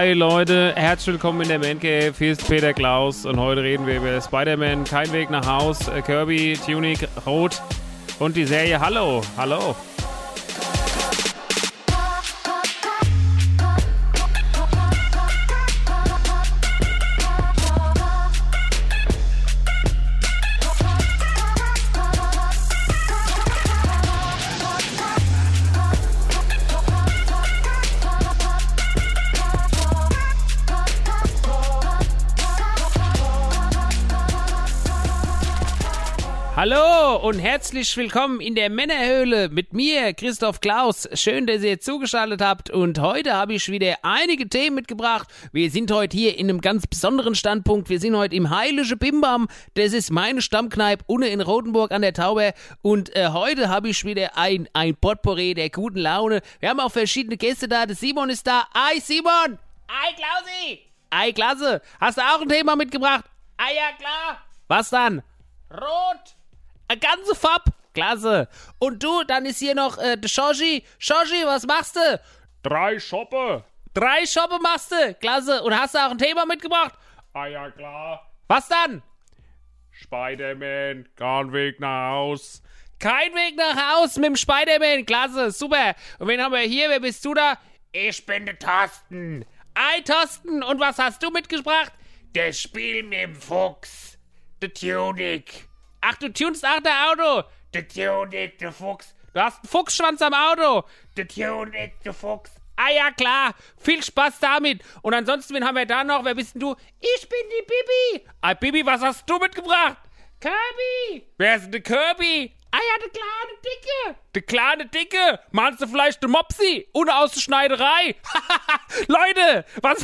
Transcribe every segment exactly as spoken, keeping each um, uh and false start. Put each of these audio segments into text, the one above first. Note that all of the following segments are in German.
Hi Leute, herzlich willkommen in der Man Cave. Hier ist Peter Klaus und heute reden wir über Spider-Man, Kein Weg nach Haus, äh, Kirby, Tunic, Rot und die Serie Hallo. Hallo. Hallo und herzlich willkommen in der Männerhöhle mit mir, Christoph Klaus. Schön, dass ihr zugeschaltet habt und heute habe ich wieder einige Themen mitgebracht. Wir sind heute hier in einem ganz besonderen Standpunkt. Wir sind heute im Heilige Bimbam. Das ist meine Stammkneipe unten in Rotenburg an der Tauber und äh, heute habe ich wieder ein, ein Potpourri der guten Laune. Wir haben auch verschiedene Gäste da. Der Simon ist da. Hi Simon! Hi Klausi! Hi Klasse! Hast du auch ein Thema mitgebracht? Ah ja, klar! Was dann? Rot! Eine ganze Farbe. Klasse. Und du, dann ist hier noch äh, der Shoshi. Shoshi, was machst du? Drei Schoppe. Drei Schoppe machst du. Klasse. Und hast du auch ein Thema mitgebracht? Ah ja, klar. Was dann? Spider-Man, kein Weg nach Haus. Kein Weg nach Haus mit dem Spider-Man. Klasse, super. Und wen haben wir hier? Wer bist du da? Ich bin der Thorsten. Ei, Thorsten. Und was hast du mitgebracht? Das Spiel mit dem Fuchs. Der Tunic. Ach, du tunst auch der Auto. Der Tunic, der Fuchs. Du hast einen Fuchsschwanz am Auto. Der Tunic, der Fuchs. Ah ja, klar. Viel Spaß damit. Und ansonsten, wen haben wir da noch? Wer bist denn du? Ich bin die Bibi. Ah, Bibi, was hast du mitgebracht? Kirby. Wer ist denn der Kirby? Ah ja, der kleine Dicke. Der kleine Dicke. Meinst du vielleicht den Mopsi? Ohne aus der Schneiderei. Leute, was...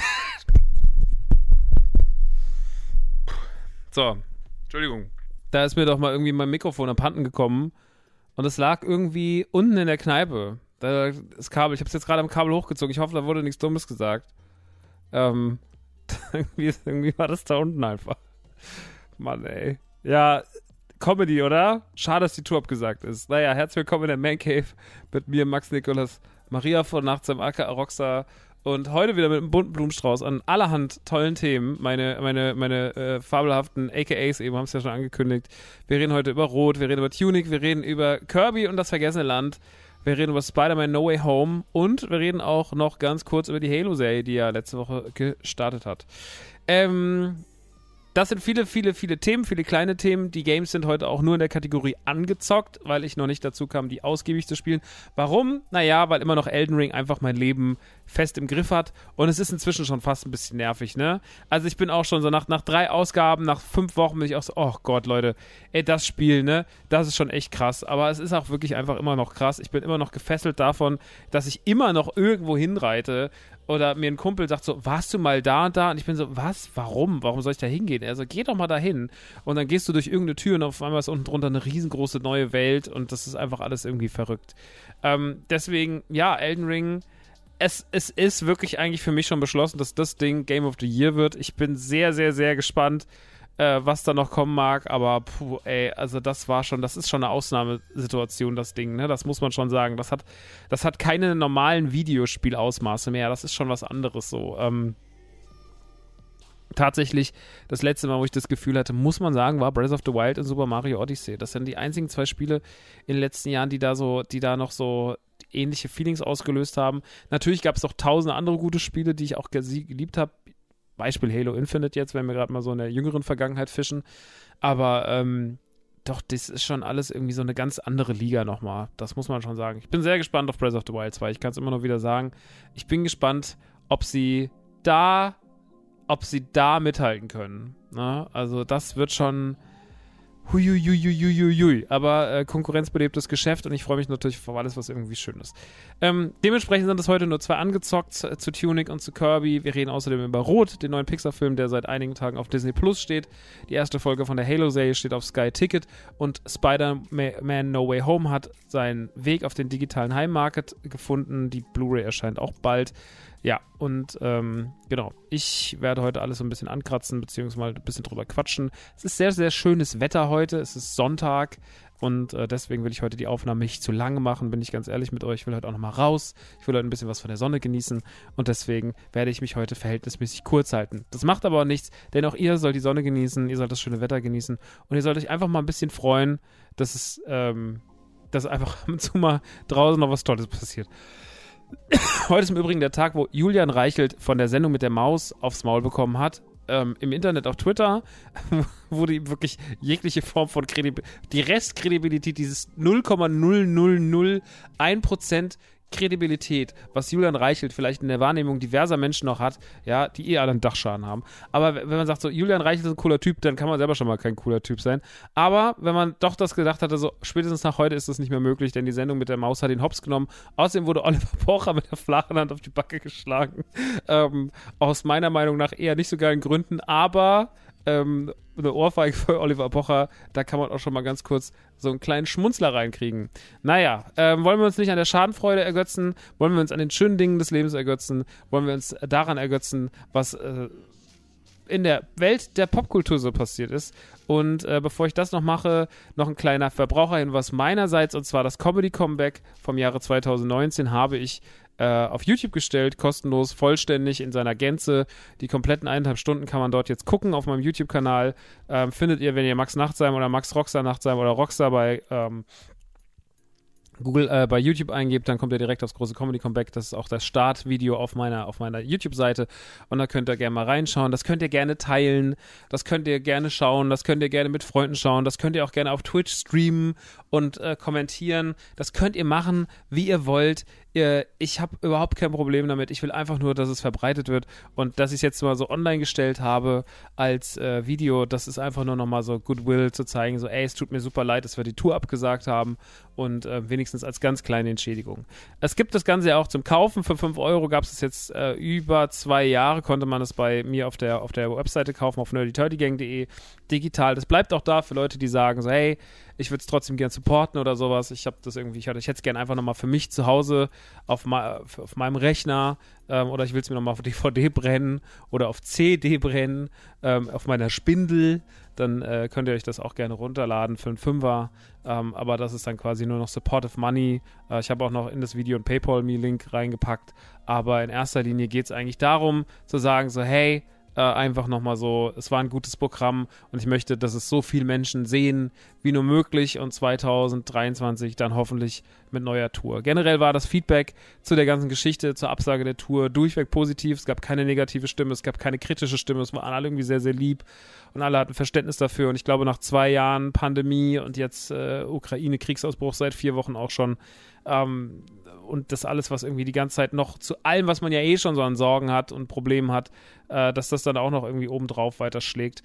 So, Entschuldigung. Da ist mir doch mal irgendwie mein Mikrofon abhanden gekommen und es lag irgendwie unten in der Kneipe. Da, das Kabel, ich habe es jetzt gerade am Kabel hochgezogen. Ich hoffe, da wurde nichts Dummes gesagt. Ähm, irgendwie, irgendwie war das da unten einfach. Mann, ey. Ja, Comedy, oder? Schade, dass die Tour abgesagt ist. Naja, herzlich willkommen in der Man Cave mit mir, Max Nikolas, Maria von Nachts am Acker, Roxa. Und heute wieder mit einem bunten Blumenstrauß an allerhand tollen Themen. Meine, meine, meine äh, fabelhaften A K As eben haben es ja schon angekündigt. Wir reden heute über Rot, wir reden über Tunic, wir reden über Kirby und das vergessene Land. Wir reden über Spider-Man No Way Home und wir reden auch noch ganz kurz über die Halo-Serie, die ja letzte Woche gestartet hat. Ähm... Das sind viele, viele, viele Themen, viele kleine Themen. Die Games sind heute auch nur in der Kategorie angezockt, weil ich noch nicht dazu kam, die ausgiebig zu spielen. Warum? Naja, weil immer noch Elden Ring einfach mein Leben fest im Griff hat. Und es ist inzwischen schon fast ein bisschen nervig, ne? Also ich bin auch schon so nach, nach drei Ausgaben, nach fünf Wochen bin ich auch so, oh Gott, Leute, ey, das Spiel, ne? Das ist schon echt krass. Aber es ist auch wirklich einfach immer noch krass. Ich bin immer noch gefesselt davon, dass ich immer noch irgendwo hinreite. Oder mir ein Kumpel sagt so, warst du mal da und da? Und ich bin so, was? Warum? Warum soll ich da hingehen? Er so, geh doch mal dahin. Und dann gehst du durch irgendeine Tür und auf einmal ist unten drunter eine riesengroße neue Welt und das ist einfach alles irgendwie verrückt. Ähm, deswegen, ja, Elden Ring, es, es ist wirklich eigentlich für mich schon beschlossen, dass das Ding Game of the Year wird. Ich bin sehr, sehr, sehr gespannt, äh, was da noch kommen mag, aber puh, ey, also das war schon, das ist schon eine Ausnahmesituation, das Ding, ne, das muss man schon sagen, das hat, das hat keine normalen Videospielausmaße mehr, das ist schon was anderes so, ähm, tatsächlich, das letzte Mal, wo ich das Gefühl hatte, muss man sagen, war Breath of the Wild und Super Mario Odyssey, das sind die einzigen zwei Spiele in den letzten Jahren, die da so, die da noch so ähnliche Feelings ausgelöst haben. Natürlich gab es auch tausende andere gute Spiele, die ich auch geliebt habe. Beispiel Halo Infinite jetzt, wenn wir gerade mal so in der jüngeren Vergangenheit fischen. Aber ähm, doch, das ist schon alles irgendwie so eine ganz andere Liga nochmal. Das muss man schon sagen. Ich bin sehr gespannt auf Breath of the Wild zwei. Ich kann es immer nur wieder sagen. Ich bin gespannt, ob sie da, ob sie da mithalten können. Na? Also das wird schon Huiuiuiuiuiui. Aber äh, konkurrenzbelebtes Geschäft und ich freue mich natürlich auf alles, was irgendwie schön ist. Ähm, dementsprechend sind es heute nur zwei angezockt zu, zu Tunic und zu Kirby. Wir reden außerdem über Rot, den neuen Pixar-Film, der seit einigen Tagen auf Disney Plus steht. Die erste Folge von der Halo-Serie steht auf Sky Ticket und Spider-Man No Way Home hat seinen Weg auf den digitalen Heimmarket gefunden. Die Blu-ray erscheint auch bald. Ja, und ähm, genau, ich werde heute alles so ein bisschen ankratzen, beziehungsweise ein bisschen drüber quatschen. Es ist sehr, sehr schönes Wetter heute, es ist Sonntag und äh, deswegen will ich heute die Aufnahme nicht zu lange machen, bin ich ganz ehrlich mit euch. Ich will heute auch nochmal raus, ich will heute ein bisschen was von der Sonne genießen und deswegen werde ich mich heute verhältnismäßig kurz halten. Das macht aber auch nichts, denn auch ihr sollt die Sonne genießen, ihr sollt das schöne Wetter genießen und ihr sollt euch einfach mal ein bisschen freuen, dass es, ähm, dass einfach ab und zu mal draußen noch was Tolles passiert. Heute ist im Übrigen der Tag, wo Julian Reichelt von der Sendung mit der Maus aufs Maul bekommen hat. Ähm, Im Internet auf Twitter wurde ihm wirklich jegliche Form von Kredibilität, die Restkredibilität, dieses null Komma null null null eins Prozent Kredibilität, was Julian Reichelt vielleicht in der Wahrnehmung diverser Menschen noch hat, ja, die eh alle einen Dachschaden haben. Aber wenn man sagt so, Julian Reichelt ist ein cooler Typ, dann kann man selber schon mal kein cooler Typ sein. Aber wenn man doch das gedacht hatte, so spätestens nach heute ist das nicht mehr möglich, denn die Sendung mit der Maus hat den Hops genommen. Außerdem wurde Oliver Pocher mit der flachen Hand auf die Backe geschlagen. Ähm, aus meiner Meinung nach eher nicht so geilen Gründen, aber ähm, eine Ohrfeige für Oliver Pocher, da kann man auch schon mal ganz kurz so einen kleinen Schmunzler reinkriegen. Naja, ähm, wollen wir uns nicht an der Schadenfreude ergötzen? Wollen wir uns an den schönen Dingen des Lebens ergötzen? Wollen wir uns daran ergötzen, was äh, in der Welt der Popkultur so passiert ist? Und äh, bevor ich das noch mache, noch ein kleiner Verbraucherhinweis meinerseits, und zwar das Comedy-Comeback vom Jahre zwanzig neunzehn habe ich auf YouTube gestellt, kostenlos, vollständig in seiner Gänze. Die kompletten eineinhalb Stunden kann man dort jetzt gucken auf meinem YouTube-Kanal. Ähm, findet ihr, wenn ihr Max Nachtsheim oder Max Rockstar Nachtsheim oder Rockstar bei ähm, Google äh, bei YouTube eingebt, dann kommt ihr direkt aufs große Comedy Comeback. Das ist auch das Startvideo auf meiner, auf meiner YouTube-Seite. Und da könnt ihr gerne mal reinschauen. Das könnt ihr gerne teilen. Das könnt ihr gerne schauen. Das könnt ihr gerne mit Freunden schauen. Das könnt ihr auch gerne auf Twitch streamen und äh, kommentieren. Das könnt ihr machen, wie ihr wollt. Ihr, ich habe überhaupt kein Problem damit. Ich will einfach nur, dass es verbreitet wird. Und dass ich es jetzt mal so online gestellt habe als äh, Video, das ist einfach nur nochmal so Goodwill zu zeigen. So, ey, es tut mir super leid, dass wir die Tour abgesagt haben. Und äh, wenigstens als ganz kleine Entschädigung. Es gibt das Ganze ja auch zum Kaufen. Für fünf Euro gab es jetzt äh, über zwei Jahre, konnte man es bei mir auf der, auf der Webseite kaufen, auf nerdy turdy gang punkt de, digital. Das bleibt auch da für Leute, die sagen so, hey, ich würde es trotzdem gern supporten oder sowas. Ich habe das irgendwie, ich, ich hätte es gerne einfach nochmal für mich zu Hause auf, ma, auf meinem Rechner ähm, oder ich will es mir nochmal auf D V D brennen oder auf C D brennen, ähm, auf meiner Spindel. Dann äh, könnt ihr euch das auch gerne runterladen für einen Fünfer. Ähm, aber das ist dann quasi nur noch Supportive Money. Äh, ich habe auch noch in das Video einen PayPal-Me-Link reingepackt. Aber in erster Linie geht es eigentlich darum, zu sagen so, hey, äh, einfach nochmal so, es war ein gutes Programm und ich möchte, dass es so viele Menschen sehen, wie nur möglich und zwanzig dreiundzwanzig dann hoffentlich mit neuer Tour. Generell war das Feedback zu der ganzen Geschichte, zur Absage der Tour durchweg positiv. Es gab keine negative Stimme, es gab keine kritische Stimme, es waren alle irgendwie sehr, sehr lieb und alle hatten Verständnis dafür und ich glaube, nach zwei Jahren Pandemie und jetzt äh, Ukraine-Kriegsausbruch seit vier Wochen auch schon ähm, und das alles, was irgendwie die ganze Zeit noch zu allem, was man ja eh schon so an Sorgen hat und Problemen hat, äh, dass das dann auch noch irgendwie obendrauf weiter schlägt,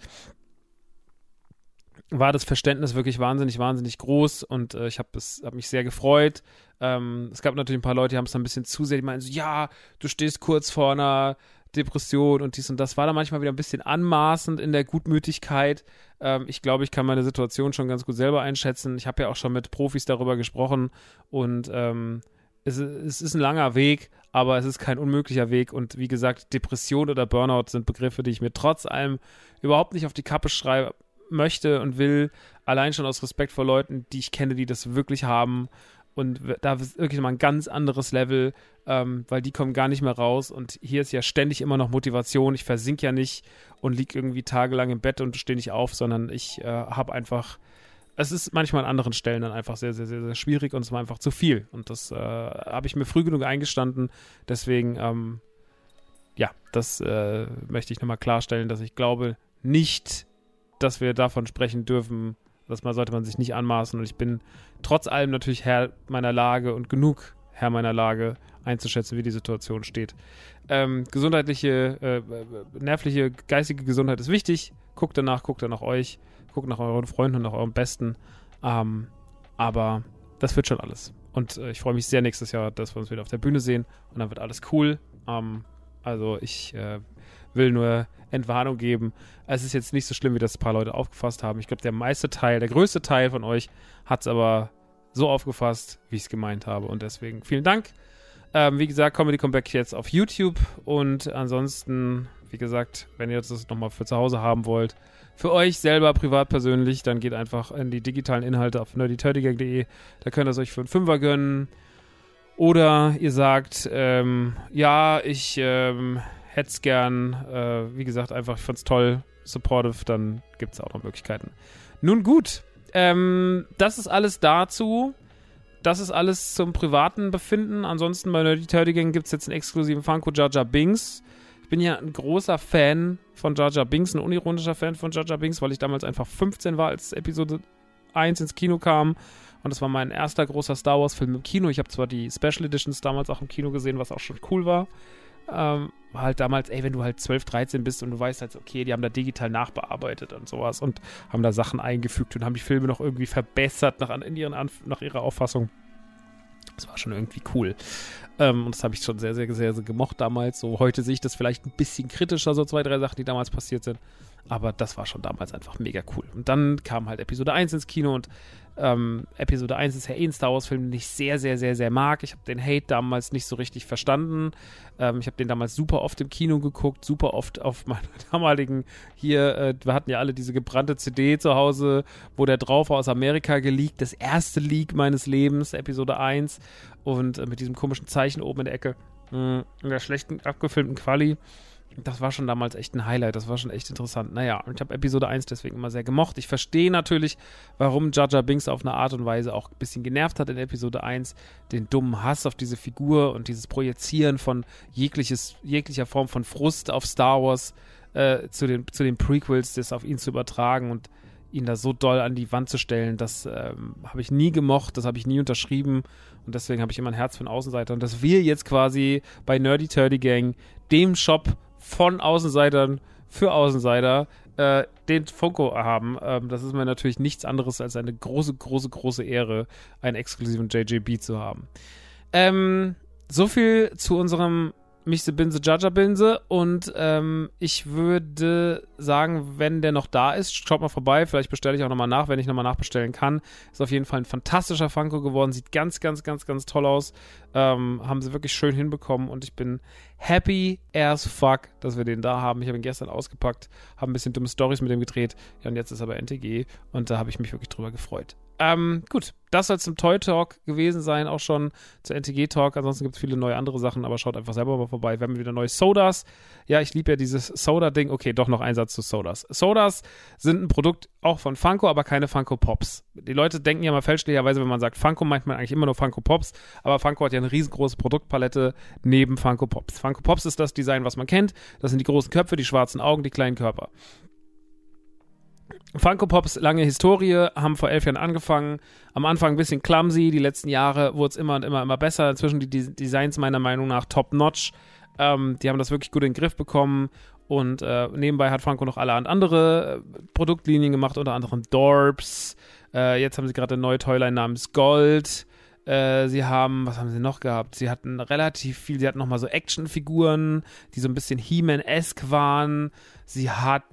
war das Verständnis wirklich wahnsinnig, wahnsinnig groß und äh, ich habe hab mich sehr gefreut. Ähm, es gab natürlich ein paar Leute, die haben es dann ein bisschen zu sehr, die meinen so, ja, du stehst kurz vor einer Depression und dies und das. War da manchmal wieder ein bisschen anmaßend in der Gutmütigkeit. Ähm, ich glaube, ich kann meine Situation schon ganz gut selber einschätzen. Ich habe ja auch schon mit Profis darüber gesprochen und ähm, es, es ist ein langer Weg, aber es ist kein unmöglicher Weg und wie gesagt, Depression oder Burnout sind Begriffe, die ich mir trotz allem überhaupt nicht auf die Kappe schreibe, möchte und will, allein schon aus Respekt vor Leuten, die ich kenne, die das wirklich haben und da ist wirklich mal ein ganz anderes Level, ähm, weil die kommen gar nicht mehr raus und hier ist ja ständig immer noch Motivation, ich versink ja nicht und liege irgendwie tagelang im Bett und stehe nicht auf, sondern ich äh, habe einfach, es ist manchmal an anderen Stellen dann einfach sehr, sehr, sehr, sehr schwierig und es war einfach zu viel und das äh, habe ich mir früh genug eingestanden, deswegen ähm, ja, das äh, möchte ich nochmal klarstellen, dass ich glaube nicht, dass wir davon sprechen dürfen, das mal sollte man sich nicht anmaßen und ich bin trotz allem natürlich Herr meiner Lage und genug Herr meiner Lage einzuschätzen, wie die Situation steht. Ähm, gesundheitliche, äh, nervliche, geistige Gesundheit ist wichtig. Guckt danach, guckt dann nach euch, guckt nach euren Freunden und nach eurem Besten. Ähm, aber das wird schon alles. Und äh, ich freue mich sehr nächstes Jahr, dass wir uns wieder auf der Bühne sehen und dann wird alles cool. Ähm, also ich äh, will nur Entwarnung geben. Es ist jetzt nicht so schlimm, wie das ein paar Leute aufgefasst haben. Ich glaube, der meiste Teil, der größte Teil von euch hat es aber so aufgefasst, wie ich es gemeint habe. Und deswegen vielen Dank. Ähm, wie gesagt, Comedy Comeback jetzt auf YouTube und ansonsten, wie gesagt, wenn ihr das nochmal für zu Hause haben wollt, für euch selber, privat, persönlich, dann geht einfach in die digitalen Inhalte auf nerdyturdygang punkt de, da könnt ihr es euch für einen Fünfer gönnen. Oder ihr sagt, ähm, ja, ich ähm, hätte es gern, äh, wie gesagt, einfach, ich fand's toll, supportive, dann gibt es auch noch Möglichkeiten. Nun gut, ähm, das ist alles dazu. Das ist alles zum privaten Befinden. Ansonsten bei Nerdy Turdy Gang gibt es jetzt einen exklusiven Funko Jar Jar Binks. Ich bin ja ein großer Fan von Jar Jar Binks, ein unironischer Fan von Jar Jar Binks, weil ich damals einfach fünfzehn war, als Episode eins ins Kino kam. Und das war mein erster großer Star Wars-Film im Kino. Ich habe zwar die Special Editions damals auch im Kino gesehen, was auch schon cool war. Ähm, war halt damals, ey, wenn du halt zwölf, dreizehn bist und du weißt halt, okay, die haben da digital nachbearbeitet und sowas und haben da Sachen eingefügt und haben die Filme noch irgendwie verbessert nach, in ihren Anf- nach ihrer Auffassung. Das war schon irgendwie cool. Ähm, und das habe ich schon sehr, sehr, sehr, sehr gemocht damals. So, heute sehe ich das vielleicht ein bisschen kritischer, so zwei, drei Sachen, die damals passiert sind. Aber das war schon damals einfach mega cool. Und dann kam halt Episode eins ins Kino und ähm, Episode eins ist ja eh ein Star Wars-Film, den ich sehr, sehr, sehr, sehr mag. Ich habe den Hate damals nicht so richtig verstanden. Ähm, ich habe den damals super oft im Kino geguckt, super oft auf meiner damaligen hier, äh, wir hatten ja alle diese gebrannte C D zu Hause, wo der drauf war, aus Amerika geleakt. Das erste Leak meines Lebens, Episode eins. Und äh, mit diesem komischen Zeichen oben in der Ecke, mh, in der schlechten, abgefilmten Quali. Das war schon damals echt ein Highlight, das war schon echt interessant. Naja, und ich habe Episode eins deswegen immer sehr gemocht. Ich verstehe natürlich, warum Jar Jar Binks auf eine Art und Weise auch ein bisschen genervt hat in Episode eins. Den dummen Hass auf diese Figur und dieses Projizieren von jegliches, jeglicher Form von Frust auf Star Wars äh, zu, den, zu den Prequels, das auf ihn zu übertragen und ihn da so doll an die Wand zu stellen, das ähm, habe ich nie gemocht, das habe ich nie unterschrieben und deswegen habe ich immer ein Herz für einen Außenseiter. Und dass wir jetzt quasi bei Nerdy Turdy Gang, dem Shop von Außenseitern für Außenseiter, äh, den Funko haben. Ähm, das ist mir natürlich nichts anderes als eine große, große, große Ehre, einen exklusiven J J B zu haben. Ähm, so viel zu unserem Michse Binse Jar Jar Binse und ähm, ich würde sagen, wenn der noch da ist, schaut mal vorbei, vielleicht bestelle ich auch nochmal nach, wenn ich nochmal nachbestellen kann. Ist auf jeden Fall ein fantastischer Funko geworden, sieht ganz, ganz, ganz, ganz toll aus. Ähm, haben sie wirklich schön hinbekommen und ich bin happy as fuck, dass wir den da haben. Ich habe ihn gestern ausgepackt, habe ein bisschen dumme Storys mit dem gedreht, ja, und jetzt ist aber N T G und da habe ich mich wirklich drüber gefreut. Ähm, gut, das soll zum Toy Talk gewesen sein, auch schon zur N T G Talk. Ansonsten gibt es viele neue andere Sachen, aber schaut einfach selber mal vorbei. Wir haben wieder neue Sodas. Ja, ich liebe ja dieses Soda-Ding. Okay, doch noch ein Satz zu Sodas. Sodas sind ein Produkt auch von Funko, aber keine Funko Pops. Die Leute denken ja mal fälschlicherweise, wenn man sagt Funko, meint man eigentlich immer nur Funko Pops, aber Funko hat ja eine riesengroße Produktpalette neben Funko Pops. Funko Pops ist das Design, was man kennt. Das sind die großen Köpfe, die schwarzen Augen, die kleinen Körper. Funko Pops, lange Historie, haben vor elf Jahren angefangen. Am Anfang ein bisschen clumsy, die letzten Jahre wurde es immer und immer, immer besser. Inzwischen die Des- Designs meiner Meinung nach top-notch. Ähm, die haben das wirklich gut in den Griff bekommen. Und äh, nebenbei hat Funko noch allerhand andere äh, Produktlinien gemacht, unter anderem Dorps. Äh, jetzt haben sie gerade eine neue Toyline namens Gold. Äh, sie haben, was haben sie noch gehabt? Sie hatten relativ viel, sie hatten nochmal so Actionfiguren, die so ein bisschen He-Man-esque waren. Sie hatten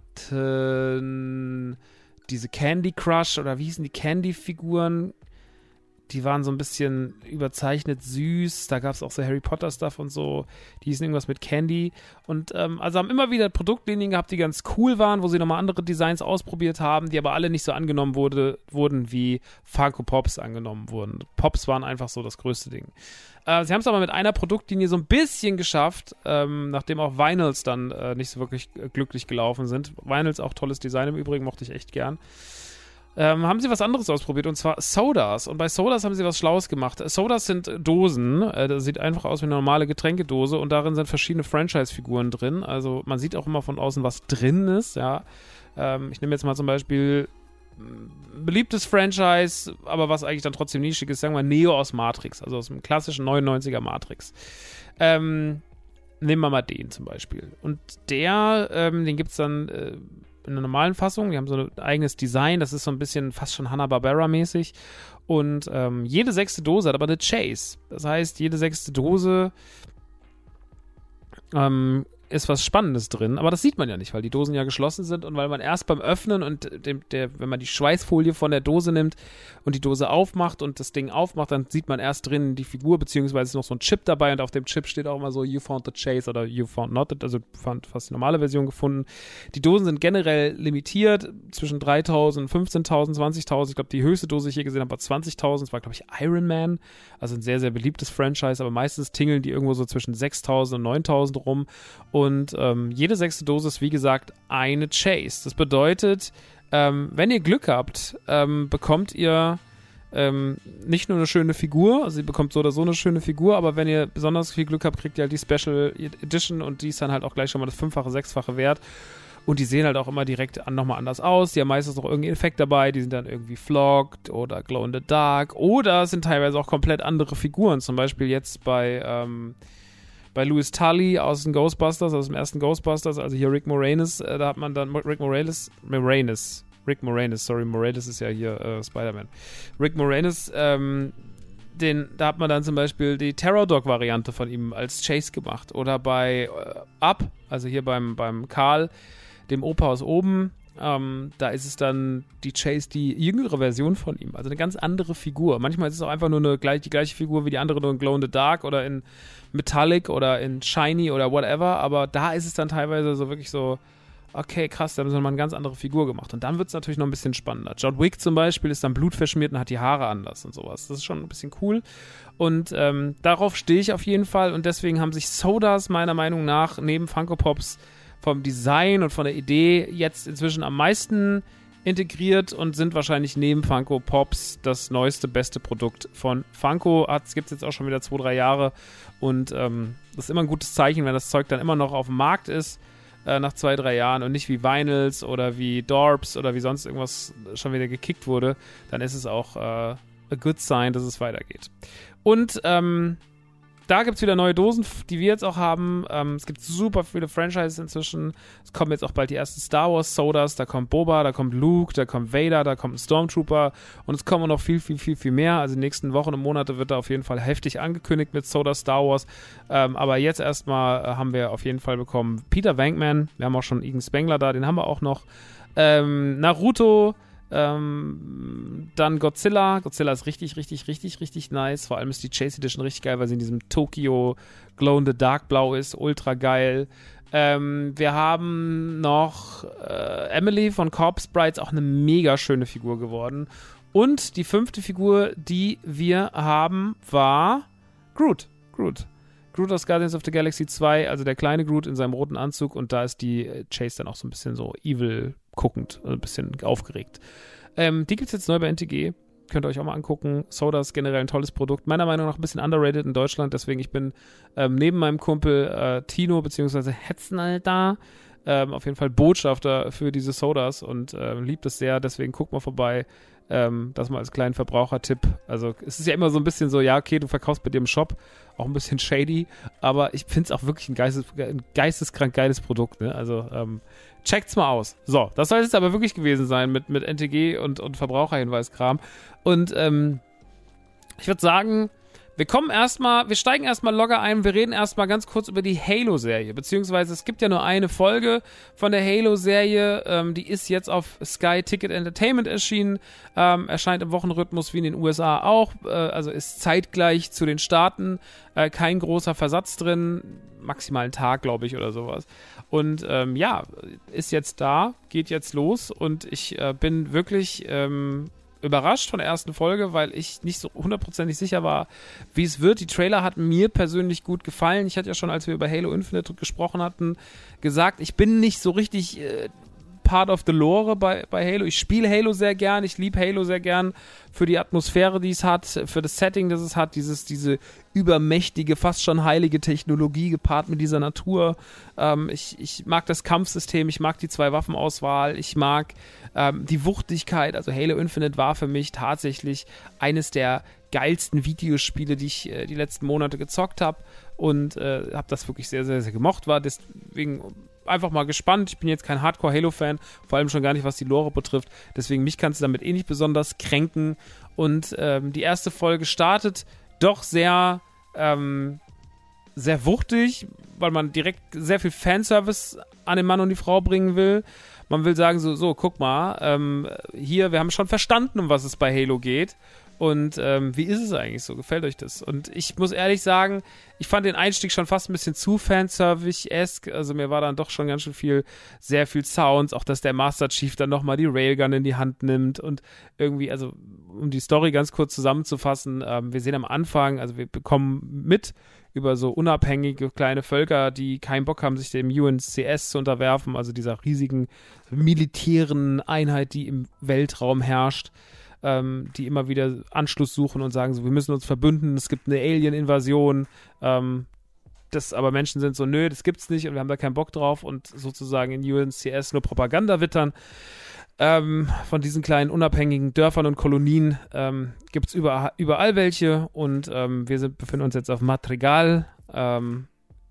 diese Candy Crush oder wie hießen die Candy-Figuren? Die waren so ein bisschen überzeichnet süß. Da gab es auch so Harry Potter-Stuff und so. Die hießen irgendwas mit Candy. Und ähm, also haben immer wieder Produktlinien gehabt, die ganz cool waren, wo sie nochmal andere Designs ausprobiert haben, die aber alle nicht so angenommen wurde, wurden, wie Funko Pops angenommen wurden. Pops waren einfach so das größte Ding. Äh, sie haben es aber mit einer Produktlinie so ein bisschen geschafft, ähm, nachdem auch Vinyls dann äh, nicht so wirklich äh, glücklich gelaufen sind. Vinyls auch tolles Design im Übrigen, mochte ich echt gern. Ähm, haben sie was anderes ausprobiert, und zwar Sodas. Und bei Sodas haben sie was Schlaues gemacht. Sodas sind Dosen, äh, das sieht einfach aus wie eine normale Getränkedose und darin sind verschiedene Franchise-Figuren drin. Also man sieht auch immer von außen, was drin ist, ja. Ähm, ich nehme jetzt mal zum Beispiel ein beliebtes Franchise, aber was eigentlich dann trotzdem nischig ist, sagen wir Neo aus Matrix, also aus dem klassischen neunundneunziger Matrix. Ähm, nehmen wir mal den zum Beispiel. Und der, ähm, den gibt es dann äh, in einer normalen Fassung, die haben so ein eigenes Design, das ist so ein bisschen fast schon Hanna-Barbera-mäßig und ähm, jede sechste Dose hat aber eine Chase. Das heißt, jede sechste Dose ähm, ist was Spannendes drin, aber das sieht man ja nicht, weil die Dosen ja geschlossen sind und weil man erst beim Öffnen und dem, der, wenn man die Schweißfolie von der Dose nimmt und die Dose aufmacht und das Ding aufmacht, dann sieht man erst drin die Figur, beziehungsweise ist noch so ein Chip dabei und auf dem Chip steht auch immer so You found the chase oder You found not it, also fand fast die normale Version gefunden. Die Dosen sind generell limitiert, zwischen dreitausend, fünfzehntausend, zwanzigtausend, ich glaube die höchste Dose, die ich hier gesehen habe, war zwanzigtausend, das war glaube ich Iron Man, also ein sehr, sehr beliebtes Franchise, aber meistens tingeln die irgendwo so zwischen sechstausend und neuntausend rum. Und ähm, jede sechste Dose ist, wie gesagt, eine Chase. Das bedeutet, ähm, wenn ihr Glück habt, ähm, bekommt ihr ähm, nicht nur eine schöne Figur, also ihr bekommt so oder so eine schöne Figur, aber wenn ihr besonders viel Glück habt, kriegt ihr halt die Special Edition und die ist dann halt auch gleich schon mal das fünffache, sechsfache wert. Und die sehen halt auch immer direkt an, nochmal anders aus. Die haben meistens auch irgendeinen Effekt dabei. Die sind dann irgendwie flogged oder glow in the dark. Oder sind teilweise auch komplett andere Figuren. Zum Beispiel jetzt bei, ähm, bei Louis Tully aus den Ghostbusters, aus dem ersten Ghostbusters, also hier Rick Moranis, äh, da hat man dann Rick Moranis, Moranis, Rick Moranis, sorry, Moranis ist ja hier äh, Spider-Man. Rick Moranis, ähm, den, da hat man dann zum Beispiel die Terror Dog-Variante von ihm als Chase gemacht. Oder bei äh, Up, also hier beim, beim Karl, dem Opa aus oben, ähm, da ist es dann die Chase, die jüngere Version von ihm, also eine ganz andere Figur. Manchmal ist es auch einfach nur eine, gleich, die gleiche Figur wie die andere, nur in Glow in the Dark oder in Metallic oder in Shiny oder whatever, aber da ist es dann teilweise so wirklich so, okay, krass, da haben sie mal eine ganz andere Figur gemacht. Und dann wird es natürlich noch ein bisschen spannender. John Wick zum Beispiel ist dann blutverschmiert und hat die Haare anders und sowas. Das ist schon ein bisschen cool. Und ähm, darauf stehe ich auf jeden Fall und deswegen haben sich Sodas meiner Meinung nach neben Funko Pops vom Design und von der Idee jetzt inzwischen am meisten integriert und sind wahrscheinlich neben Funko Pops das neueste, beste Produkt von Funko. Es gibt es jetzt auch schon wieder zwei, drei Jahre und ähm, das ist immer ein gutes Zeichen, wenn das Zeug dann immer noch auf dem Markt ist äh, nach zwei, drei Jahren und nicht wie Vinyls oder wie Dorps oder wie sonst irgendwas schon wieder gekickt wurde, dann ist es auch äh, a good sign, dass es weitergeht. Und ähm, da gibt es wieder neue Dosen, die wir jetzt auch haben. Ähm, es gibt super viele Franchises inzwischen. Es kommen jetzt auch bald die ersten Star Wars Sodas. Da kommt Boba, da kommt Luke, da kommt Vader, da kommt ein Stormtrooper. Und es kommen noch viel, viel, viel, viel mehr. Also die nächsten Wochen und Monate wird da auf jeden Fall heftig angekündigt mit Soda Star Wars. Ähm, aber jetzt erstmal äh, haben wir auf jeden Fall bekommen Peter Venkman. Wir haben auch schon Igen Spengler da, den haben wir auch noch. Ähm, Naruto. Ähm, dann Godzilla. Godzilla ist richtig, richtig, richtig, richtig nice. Vor allem ist die Chase Edition richtig geil, weil sie in diesem Tokyo Glow in the Dark Blau ist. Ultra geil. Ähm, wir haben noch äh, Emily von Corpse Brides, auch eine mega schöne Figur geworden. Und die fünfte Figur, die wir haben, war Groot. Groot. Groot aus Guardians of the Galaxy zwei, also der kleine Groot in seinem roten Anzug und da ist die Chase dann auch so ein bisschen so evil guckend, ein bisschen aufgeregt. Ähm, die gibt es jetzt neu bei N T G. Könnt ihr euch auch mal angucken. Soda ist generell ein tolles Produkt. Meiner Meinung nach ein bisschen underrated in Deutschland. Deswegen, ich bin ähm, neben meinem Kumpel äh, Tino bzw. Hetznall da. Ähm, auf jeden Fall Botschafter für diese Sodas und ähm, liebt es sehr. Deswegen guckt mal vorbei. Ähm, das mal als kleinen Verbrauchertipp. Also es ist ja immer so ein bisschen so, ja, okay, du verkaufst bei dir im Shop, auch ein bisschen shady, aber ich finde es auch wirklich ein, geistes, ein geisteskrank geiles Produkt, ne? Also ähm, checkt's mal aus. So, das soll es aber wirklich gewesen sein mit, mit N T G und, und Verbraucherhinweiskram. Und ähm, ich würde sagen, wir kommen erstmal, wir steigen erstmal locker ein, wir reden erstmal ganz kurz über die Halo-Serie, beziehungsweise es gibt ja nur eine Folge von der Halo-Serie, ähm, die ist jetzt auf Sky Ticket Entertainment erschienen, ähm, erscheint im Wochenrhythmus wie in den U S A auch, äh, also ist zeitgleich zu den Staaten, äh, kein großer Versatz drin, maximal einen Tag, glaube ich, oder sowas. Und ähm, ja, ist jetzt da, geht jetzt los und ich äh, bin wirklich ähm, überrascht von der ersten Folge, weil ich nicht so hundertprozentig sicher war, wie es wird. Die Trailer hatten mir persönlich gut gefallen. Ich hatte ja schon, als wir über Halo Infinite gesprochen hatten, gesagt, ich bin nicht so richtig äh, part of the lore bei, bei Halo. Ich spiele Halo sehr gern, ich liebe Halo sehr gern für die Atmosphäre, die es hat, für das Setting, das es hat, dieses, diese übermächtige, fast schon heilige Technologie gepaart mit dieser Natur. Ähm, ich, ich mag das Kampfsystem, ich mag die zwei Waffenauswahl, ich mag ähm, die Wuchtigkeit. Also Halo Infinite war für mich tatsächlich eines der geilsten Videospiele, die ich äh, die letzten Monate gezockt habe und äh, habe das wirklich sehr, sehr, sehr gemocht. War deswegen einfach mal gespannt. Ich bin jetzt kein Hardcore-Halo-Fan, vor allem schon gar nicht, was die Lore betrifft. Deswegen, mich kannst du damit eh nicht besonders kränken. Und ähm, die erste Folge startet doch sehr, ähm, sehr wuchtig, weil man direkt sehr viel Fanservice an den Mann und die Frau bringen will. Man will sagen, so, so guck mal, ähm, hier, wir haben schon verstanden, um was es bei Halo geht. Und ähm, wie ist es eigentlich so? Gefällt euch das? Und ich muss ehrlich sagen, ich fand den Einstieg schon fast ein bisschen zu fanservice-esque. Also mir war dann doch schon ganz schön viel, sehr viel Sounds. Auch, dass der Master Chief dann nochmal die Railgun in die Hand nimmt. Und irgendwie, also um die Story ganz kurz zusammenzufassen, ähm, wir sehen am Anfang, also wir bekommen mit über so unabhängige kleine Völker, die keinen Bock haben, sich dem U N C S zu unterwerfen. Also dieser riesigen militären Einheit, die im Weltraum herrscht. Ähm, die immer wieder Anschluss suchen und sagen so, wir müssen uns verbünden, es gibt eine Alien-Invasion, ähm, das aber Menschen sind so, nö, das gibt's nicht und wir haben da keinen Bock drauf und sozusagen in U N C S nur Propaganda wittern. Ähm, von diesen kleinen unabhängigen Dörfern und Kolonien ähm, gibt's überall, überall welche und ähm, wir sind, befinden uns jetzt auf Madrigal, ähm,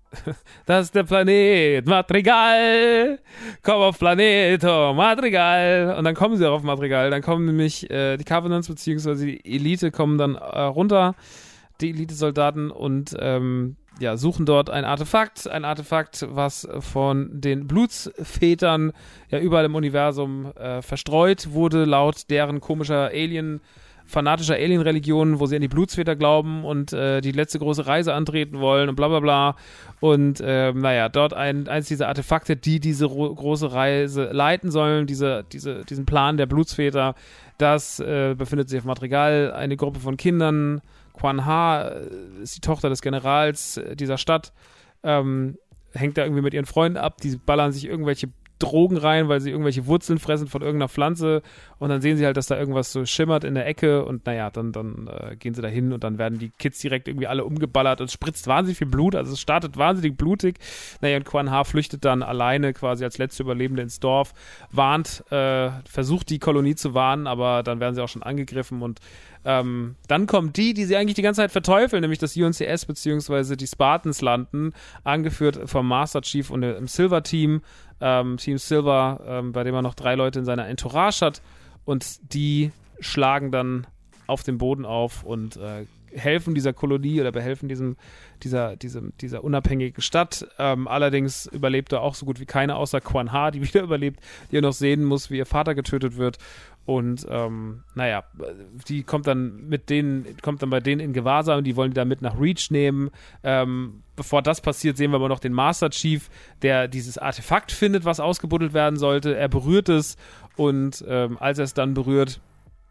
das ist der Planet Madrigal. Komm auf Planeto Madrigal. Und dann kommen sie auch auf Madrigal. Dann kommen nämlich äh, die Covenants beziehungsweise die Elite kommen dann äh, runter, die Elite-Soldaten und ähm, ja, suchen dort ein Artefakt. Ein Artefakt, was von den Blutsvätern ja überall im Universum äh, verstreut wurde, laut deren komischer Alien- fanatischer Alien-Religion, wo sie an die Blutsväter glauben und äh, die letzte große Reise antreten wollen und bla bla bla. Und äh, naja, dort ein, eins dieser Artefakte, die diese ro- große Reise leiten sollen, diese, diese, diesen Plan der Blutsväter, das äh, befindet sich auf Madrigal. Eine Gruppe von Kindern, Quan Ha äh, ist die Tochter des Generals äh, dieser Stadt, ähm, hängt da irgendwie mit ihren Freunden ab, die ballern sich irgendwelche Drogen rein, weil sie irgendwelche Wurzeln fressen von irgendeiner Pflanze und dann sehen sie halt, dass da irgendwas so schimmert in der Ecke und naja, dann, dann äh, gehen sie da hin und dann werden die Kids direkt irgendwie alle umgeballert und es spritzt wahnsinnig viel Blut, also es startet wahnsinnig blutig. Naja, und Quan Ha flüchtet dann alleine quasi als letzte Überlebende ins Dorf, warnt, äh, versucht die Kolonie zu warnen, aber dann werden sie auch schon angegriffen und ähm, dann kommen die, die sie eigentlich die ganze Zeit verteufeln, nämlich das U N C S beziehungsweise die Spartans landen, angeführt vom Master Chief und dem Silver-Team, Ähm, Team Silver, ähm, bei dem er noch drei Leute in seiner Entourage hat und die schlagen dann auf den Boden auf und äh, helfen dieser Kolonie oder behelfen diesem, dieser, diesem, dieser unabhängigen Stadt. Ähm, allerdings überlebt er auch so gut wie keiner, außer Quan Ha, die wieder überlebt, die er noch sehen muss, wie ihr Vater getötet wird. Und ähm, naja, die kommt dann mit denen, kommt dann bei denen in Gewahrsam, die wollen die dann mit nach Reach nehmen. Ähm, bevor das passiert, sehen wir aber noch den Master Chief, der dieses Artefakt findet, was ausgebuddelt werden sollte. Er berührt es und ähm, als er es dann berührt,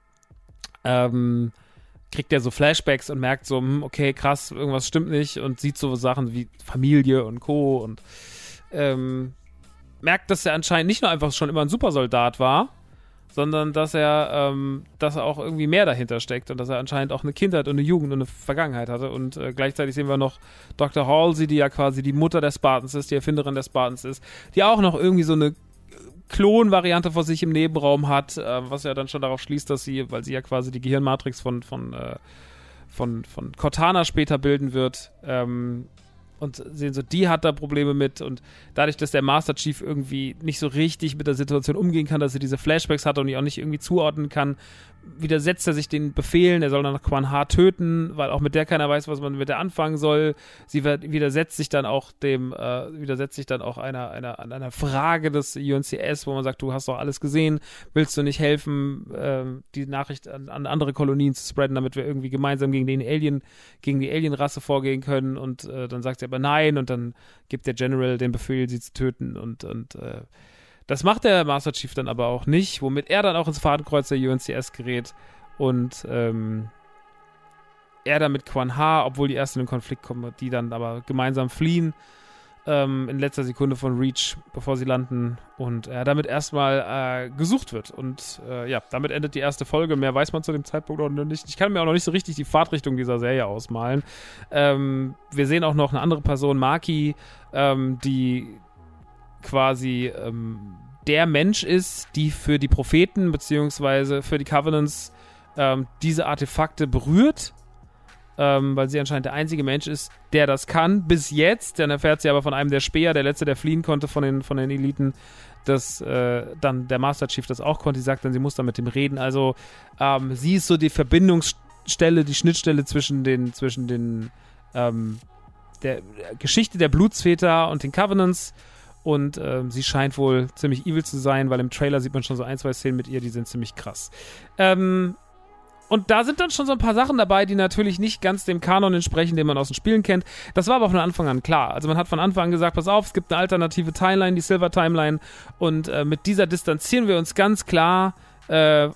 ähm, kriegt er so Flashbacks und merkt so, hm, okay, krass, irgendwas stimmt nicht und sieht so Sachen wie Familie und Co. und ähm, merkt, dass er anscheinend nicht nur einfach schon immer ein Supersoldat war, sondern dass er, ähm, dass er auch irgendwie mehr dahinter steckt und dass er anscheinend auch eine Kindheit und eine Jugend und eine Vergangenheit hatte. Und äh, gleichzeitig sehen wir noch Doktor Halsey, die ja quasi die Mutter der Spartans ist, die Erfinderin der Spartans ist, die auch noch irgendwie so eine Klon-Variante vor sich im Nebenraum hat, äh, was ja dann schon darauf schließt, dass sie, weil sie ja quasi die Gehirnmatrix von, von, äh, von, von Cortana später bilden wird, ähm, und sehen so, die hat da Probleme mit und dadurch, dass der Master Chief irgendwie nicht so richtig mit der Situation umgehen kann, dass er diese Flashbacks hat und die auch nicht irgendwie zuordnen kann, widersetzt er sich den Befehlen, er soll dann noch Quan Ha töten, weil auch mit der keiner weiß, was man mit der anfangen soll. Sie widersetzt sich dann auch dem, äh, widersetzt sich dann auch einer, einer, an einer Frage des U N C S, wo man sagt, du hast doch alles gesehen, willst du nicht helfen, äh, die Nachricht an, an andere Kolonien zu spreaden, damit wir irgendwie gemeinsam gegen den Alien, gegen die Alien-Rasse vorgehen können und äh, dann sagt sie aber nein und dann gibt der General den Befehl, sie zu töten und, und äh, das macht der Master Chief dann aber auch nicht, womit er dann auch ins Fadenkreuz der U N C S gerät und ähm, er dann mit Quan Ha, obwohl die ersten in den Konflikt kommen, die dann aber gemeinsam fliehen ähm, in letzter Sekunde von Reach, bevor sie landen und er damit erstmal äh, gesucht wird und äh, ja, damit endet die erste Folge. Mehr weiß man zu dem Zeitpunkt auch noch nicht. Ich kann mir auch noch nicht so richtig die Fahrtrichtung dieser Serie ausmalen. Ähm, wir sehen auch noch eine andere Person, Maki, ähm, die quasi ähm, der Mensch ist, die für die Propheten beziehungsweise für die Covenants ähm, diese Artefakte berührt, ähm, weil sie anscheinend der einzige Mensch ist, der das kann, bis jetzt. Dann erfährt sie aber von einem der Späher, der letzte, der fliehen konnte von den, von den Eliten, dass äh, dann der Master Chief das auch konnte. Sie sagt dann, sie muss dann mit dem reden. Also ähm, sie ist so die Verbindungsstelle, die Schnittstelle zwischen den, zwischen den ähm, der Geschichte der Blutsväter und den Covenants. Und äh, sie scheint wohl ziemlich evil zu sein, weil im Trailer sieht man schon so ein, zwei Szenen mit ihr, die sind ziemlich krass. Ähm, und da sind dann schon so ein paar Sachen dabei, die natürlich nicht ganz dem Kanon entsprechen, den man aus den Spielen kennt. Das war aber von Anfang an klar. Also man hat von Anfang an gesagt, pass auf, es gibt eine alternative Timeline, die Silver Timeline. Und äh, mit dieser distanzieren wir uns ganz klar äh,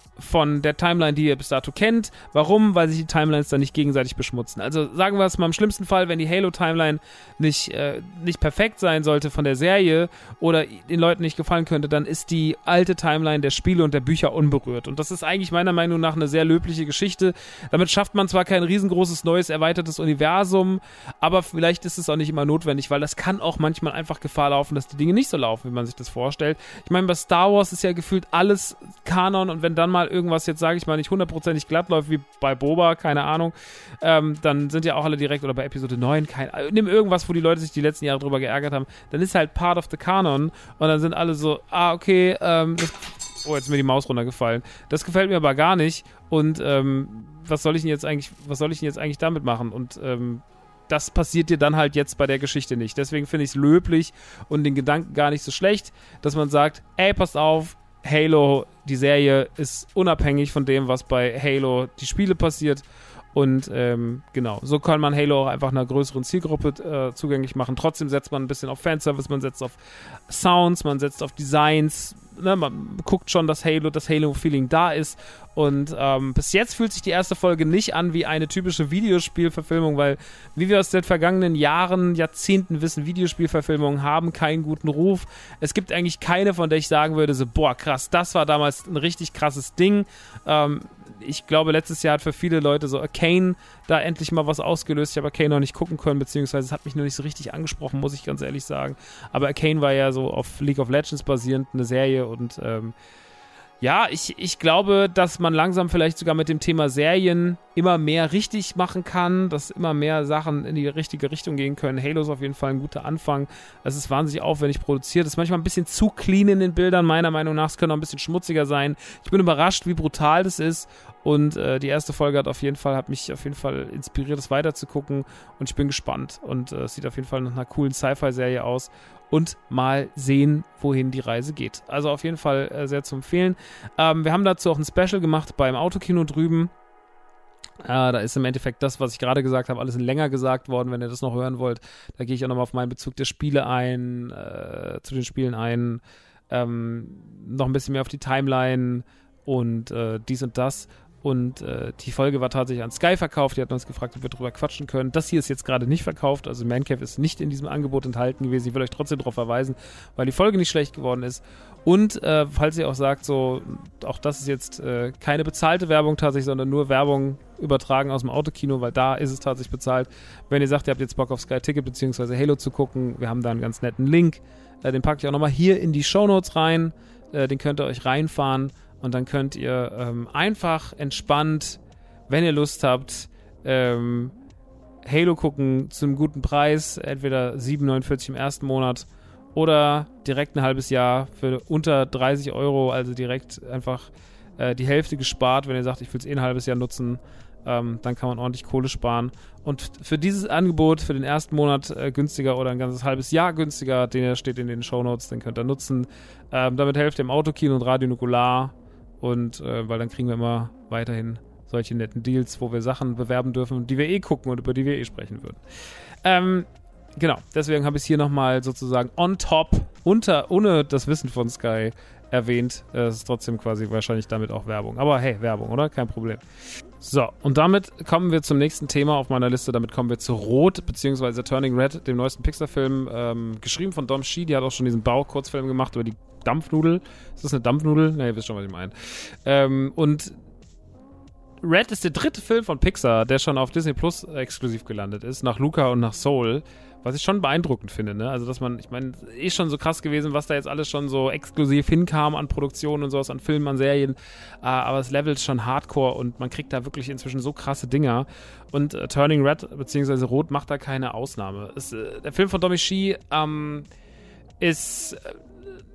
von der Timeline, die ihr bis dato kennt. Warum? Weil sich die Timelines dann nicht gegenseitig beschmutzen. Also sagen wir es mal im schlimmsten Fall, wenn die Halo-Timeline nicht, äh, nicht perfekt sein sollte von der Serie oder den Leuten nicht gefallen könnte, dann ist die alte Timeline der Spiele und der Bücher unberührt. Und das ist eigentlich meiner Meinung nach eine sehr löbliche Geschichte. Damit schafft man zwar kein riesengroßes, neues, erweitertes Universum, aber vielleicht ist es auch nicht immer notwendig, weil das kann auch manchmal einfach Gefahr laufen, dass die Dinge nicht so laufen, wie man sich das vorstellt. Ich meine, bei Star Wars ist ja gefühlt alles Kanon und wenn dann mal irgendwas jetzt, sage ich mal, nicht hundertprozentig glatt läuft, wie bei Boba, keine Ahnung, ähm, dann sind ja auch alle direkt, oder bei Episode neun, kein, nimm irgendwas, wo die Leute sich die letzten Jahre drüber geärgert haben, dann ist halt part of the Canon und dann sind alle so, ah, okay, ähm, das, oh, jetzt ist mir die Maus runtergefallen. Das gefällt mir aber gar nicht und ähm, was soll ich denn jetzt eigentlich, was soll ich denn jetzt eigentlich damit machen? Und ähm, das passiert dir dann halt jetzt bei der Geschichte nicht. Deswegen finde ich es löblich und den Gedanken gar nicht so schlecht, dass man sagt, ey, passt auf, Halo, die Serie ist unabhängig von dem, was bei Halo die Spiele passiert und ähm, genau, so kann man Halo auch einfach einer größeren Zielgruppe äh, zugänglich machen. Trotzdem setzt man ein bisschen auf Fanservice, man setzt auf Sounds, man setzt auf Designs, ne, man guckt schon, dass Halo, das Halo-Feeling da ist und ähm, bis jetzt fühlt sich die erste Folge nicht an wie eine typische Videospielverfilmung, weil wie wir aus den vergangenen Jahren, Jahrzehnten wissen, Videospielverfilmungen haben keinen guten Ruf. Es gibt eigentlich keine, von der ich sagen würde, so, boah, krass, das war damals ein richtig krasses Ding. Ähm, ich glaube, letztes Jahr hat für viele Leute so Arcane da endlich mal was ausgelöst. Ich habe Arcane noch nicht gucken können, beziehungsweise es hat mich noch nicht so richtig angesprochen, muss ich ganz ehrlich sagen. Aber Arcane war ja so auf League of Legends basierend, eine Serie und ähm, ja, ich, ich glaube, dass man langsam vielleicht sogar mit dem Thema Serien immer mehr richtig machen kann, dass immer mehr Sachen in die richtige Richtung gehen können. Halo ist auf jeden Fall ein guter Anfang. Es ist wahnsinnig aufwendig produziert. Es ist manchmal ein bisschen zu clean in den Bildern, meiner Meinung nach. Es könnte auch ein bisschen schmutziger sein. Ich bin überrascht, wie brutal das ist. Und äh, die erste Folge hat auf jeden Fall, hat mich auf jeden Fall inspiriert, es weiter zu gucken. Und ich bin gespannt. Und äh, es sieht auf jeden Fall nach einer coolen Sci-Fi-Serie aus. Und mal sehen, wohin die Reise geht. Also auf jeden Fall äh, sehr zu empfehlen. Ähm, wir haben dazu auch ein Special gemacht beim Autokino drüben. Äh, da ist im Endeffekt das, was ich gerade gesagt habe, alles in länger gesagt worden, wenn ihr das noch hören wollt. Da gehe ich auch nochmal auf meinen Bezug der Spiele ein, äh, zu den Spielen ein, ähm, noch ein bisschen mehr auf die Timeline und äh, dies und das. Und äh, die Folge war tatsächlich an Sky verkauft. Die hatten uns gefragt, ob wir drüber quatschen können. Das hier ist jetzt gerade nicht verkauft. Also Mancave ist nicht in diesem Angebot enthalten gewesen. Ich will euch trotzdem darauf verweisen, weil die Folge nicht schlecht geworden ist. Und äh, falls ihr auch sagt, so, auch das ist jetzt äh, keine bezahlte Werbung tatsächlich, sondern nur Werbung übertragen aus dem Autokino, weil da ist es tatsächlich bezahlt. Wenn ihr sagt, ihr habt jetzt Bock auf Sky Ticket bzw. Halo zu gucken, wir haben da einen ganz netten Link. Äh, den packe ich auch nochmal hier in die Shownotes rein. Äh, den könnt ihr euch reinfahren. Und dann könnt ihr ähm, einfach entspannt, wenn ihr Lust habt, ähm, Halo gucken zu einem guten Preis. Entweder sieben neunundvierzig im ersten Monat oder direkt ein halbes Jahr für unter dreißig Euro. Also direkt einfach äh, die Hälfte gespart. Wenn ihr sagt, ich will es eh ein halbes Jahr nutzen, ähm, dann kann man ordentlich Kohle sparen. Und für dieses Angebot, für den ersten Monat äh, günstiger oder ein ganzes halbes Jahr günstiger, den steht in den Shownotes, den könnt ihr nutzen. Ähm, damit helft ihr im Autokino und Radio Nukular. Und äh, weil dann kriegen wir immer weiterhin solche netten Deals, wo wir Sachen bewerben dürfen, die wir eh gucken und über die wir eh sprechen würden. Ähm, genau, deswegen habe ich es hier nochmal sozusagen on top, unter, ohne das Wissen von Sky erwähnt. Es ist trotzdem quasi wahrscheinlich damit auch Werbung. Aber hey, Werbung, oder? Kein Problem. So, und damit kommen wir zum nächsten Thema auf meiner Liste. Damit kommen wir zu Rot, beziehungsweise Turning Red, dem neuesten Pixar-Film, ähm, geschrieben von Dom Shi. Die hat auch schon diesen Bau-Kurzfilm gemacht über die Dampfnudel. Ist das eine Dampfnudel? Ne, ihr wisst schon, was ich meine. Ähm, und Red ist der dritte Film von Pixar, der schon auf Disney Plus exklusiv gelandet ist, nach Luca und nach Soul. Was ich schon beeindruckend finde, ne? Also, dass man, ich meine, ist schon so krass gewesen, was da jetzt alles schon so exklusiv hinkam an Produktionen und sowas, an Filmen, an Serien. Uh, aber das Level ist schon hardcore und man kriegt da wirklich inzwischen so krasse Dinger. Und uh, Turning Red, beziehungsweise Rot, macht da keine Ausnahme. Es, uh, der Film von Domi Shi ähm, ist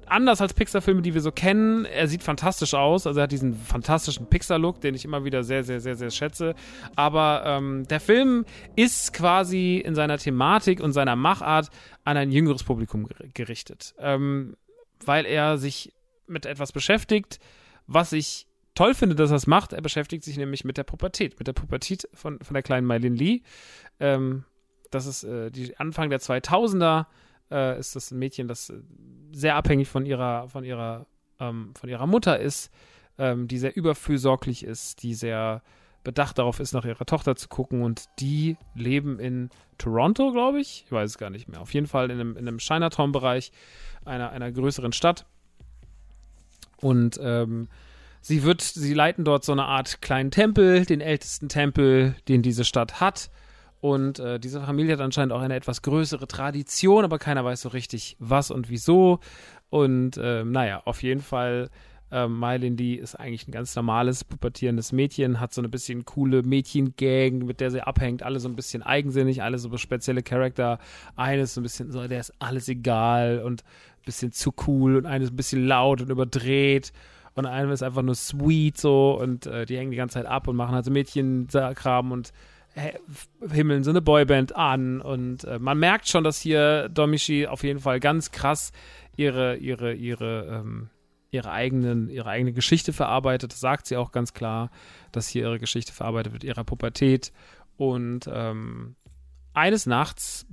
anders als Pixar-Filme, die wir so kennen. Er sieht fantastisch aus, also er hat diesen fantastischen Pixar-Look, den ich immer wieder sehr, sehr, sehr, sehr schätze. Aber ähm, der Film ist quasi in seiner Thematik und seiner Machart an ein jüngeres Publikum ger- gerichtet. Ähm, weil er sich mit etwas beschäftigt, was ich toll finde, dass er es macht. Er beschäftigt sich nämlich mit der Pubertät, mit der Pubertät von, von der kleinen Mylin Lee. Ähm, das ist äh, die Anfang der zweitausender, äh, ist das ein Mädchen, das äh, sehr abhängig von ihrer, von ihrer, ähm, von ihrer Mutter ist, ähm, die sehr überfürsorglich ist, die sehr bedacht darauf ist, nach ihrer Tochter zu gucken, und die leben in Toronto, glaube ich. Ich weiß es gar nicht mehr. Auf jeden Fall in einem, in einem Chinatown-Bereich einer, einer größeren Stadt. Und ähm, sie wird, sie leiten dort so eine Art kleinen Tempel, den ältesten Tempel, den diese Stadt hat. Und äh, diese Familie hat anscheinend auch eine etwas größere Tradition, aber keiner weiß so richtig, was und wieso. Und äh, naja, auf jeden Fall, äh, Mylin Lee ist eigentlich ein ganz normales, pubertierendes Mädchen, hat so eine bisschen coole Mädchengang, mit der sie abhängt, alle so ein bisschen eigensinnig, alle so spezielle Charakter. Eines so ein bisschen so, der ist alles egal und ein bisschen zu cool, und eines ein bisschen laut und überdreht. Und einer ist einfach nur sweet so, und äh, die hängen die ganze Zeit ab und machen halt so Mädchenkram und himmeln so eine Boyband an, und äh, man merkt schon, dass hier Domichi auf jeden Fall ganz krass ihre ihre ihre ähm, ihre eigenen ihre eigene Geschichte verarbeitet. Das sagt sie auch ganz klar, dass hier ihre Geschichte verarbeitet wird, ihrer Pubertät. Und ähm, eines Nachts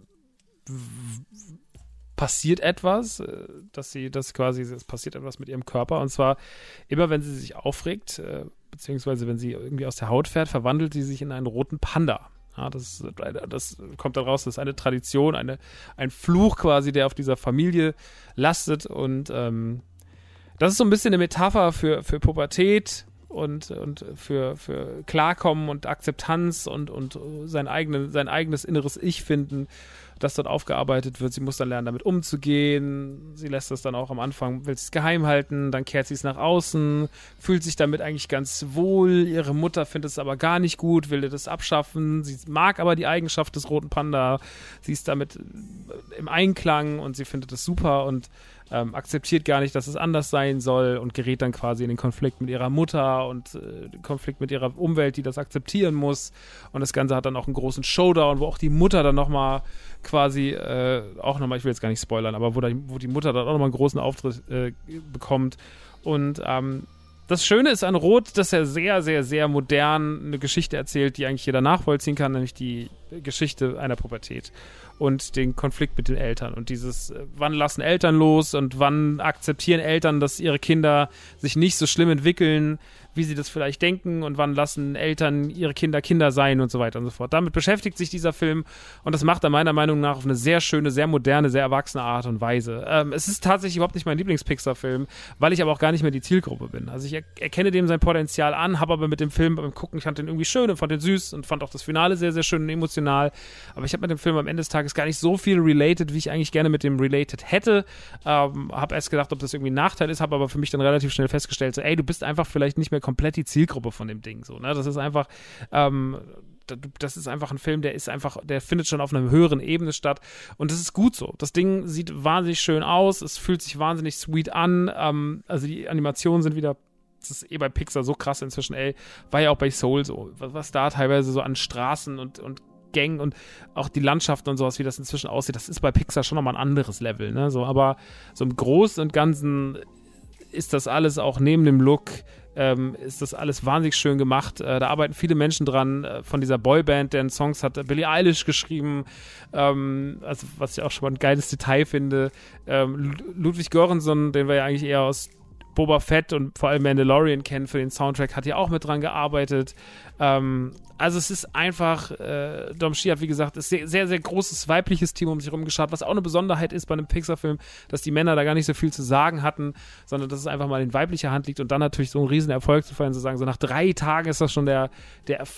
w- passiert etwas, äh, dass sie das quasi es passiert etwas mit ihrem Körper, und zwar immer, wenn sie sich aufregt, äh, beziehungsweise wenn sie irgendwie aus der Haut fährt, verwandelt sie sich in einen roten Panda. Ja, das, das kommt dann raus, das ist eine Tradition, eine, ein Fluch quasi, der auf dieser Familie lastet, und ähm, das ist so ein bisschen eine Metapher für, für Pubertät und, und für, für Klarkommen und Akzeptanz und, und sein, eigene, sein eigenes inneres Ich finden, das dort aufgearbeitet wird. Sie muss dann lernen, damit umzugehen. Sie lässt das dann auch am Anfang, will es geheim halten, dann kehrt sie es nach außen, fühlt sich damit eigentlich ganz wohl. Ihre Mutter findet es aber gar nicht gut, will das abschaffen. Sie mag aber die Eigenschaft des roten Panda. Sie ist damit im Einklang und sie findet es super und ähm, akzeptiert gar nicht, dass es anders sein soll, und gerät dann quasi in den Konflikt mit ihrer Mutter und äh, den Konflikt mit ihrer Umwelt, die das akzeptieren muss. Und das Ganze hat dann auch einen großen Showdown, wo auch die Mutter dann nochmal quasi, äh, auch nochmal, ich will jetzt gar nicht spoilern, aber wo, da, wo die Mutter dann auch nochmal einen großen Auftritt äh, bekommt. Und ähm, das Schöne ist an Rot, dass er sehr, sehr, sehr modern eine Geschichte erzählt, die eigentlich jeder nachvollziehen kann, nämlich die Geschichte einer Pubertät und den Konflikt mit den Eltern und dieses, äh, wann lassen Eltern los und wann akzeptieren Eltern, dass ihre Kinder sich nicht so schlimm entwickeln, wie sie das vielleicht denken, und wann lassen Eltern ihre Kinder Kinder sein und so weiter und so fort. Damit beschäftigt sich dieser Film, und das macht er meiner Meinung nach auf eine sehr schöne, sehr moderne, sehr erwachsene Art und Weise. Ähm, es ist tatsächlich überhaupt nicht mein Lieblings-Pixar-Film, weil ich aber auch gar nicht mehr die Zielgruppe bin. Also ich er- erkenne dem sein Potenzial an, habe aber mit dem Film beim Gucken, ich fand den irgendwie schön und fand den süß und fand auch das Finale sehr, sehr schön und emotional, aber ich habe mit dem Film am Ende des Tages gar nicht so viel related, wie ich eigentlich gerne mit dem related hätte. Ähm, habe erst gedacht, ob das irgendwie ein Nachteil ist, habe aber für mich dann relativ schnell festgestellt, so, ey, du bist einfach vielleicht nicht mehr komplett die Zielgruppe von dem Ding, so, ne? Das ist einfach, ähm, das ist einfach ein Film, der ist einfach, der findet schon auf einer höheren Ebene statt, und das ist gut so. Das Ding sieht wahnsinnig schön aus, es fühlt sich wahnsinnig sweet an, ähm, also die Animationen sind wieder, das ist eh bei Pixar so krass inzwischen, ey, war ja auch bei Soul so, was, was da teilweise so an Straßen und, und Gängen und auch die Landschaften und sowas, wie das inzwischen aussieht, das ist bei Pixar schon nochmal ein anderes Level, ne, so, aber so im Großen und Ganzen ist das alles auch neben dem Look, ähm, ist das alles wahnsinnig schön gemacht. Äh, da arbeiten viele Menschen dran, äh, von dieser Boyband, deren Songs hat äh, Billie Eilish geschrieben, ähm, also was ich auch schon mal ein geiles Detail finde. Ähm, Ludwig Göransson, den wir ja eigentlich eher aus Boba Fett und vor allem Mandalorian kennen für den Soundtrack, hat ja auch mit dran gearbeitet. Ähm, also es ist einfach, äh, Dom Shi hat, wie gesagt, ist sehr, sehr, sehr großes weibliches Team um sich herum geschaut, was auch eine Besonderheit ist bei einem Pixar-Film, dass die Männer da gar nicht so viel zu sagen hatten, sondern dass es einfach mal in weiblicher Hand liegt, und dann natürlich so ein Riesenerfolg zu feiern, zu sagen, so nach drei Tagen ist das schon der, der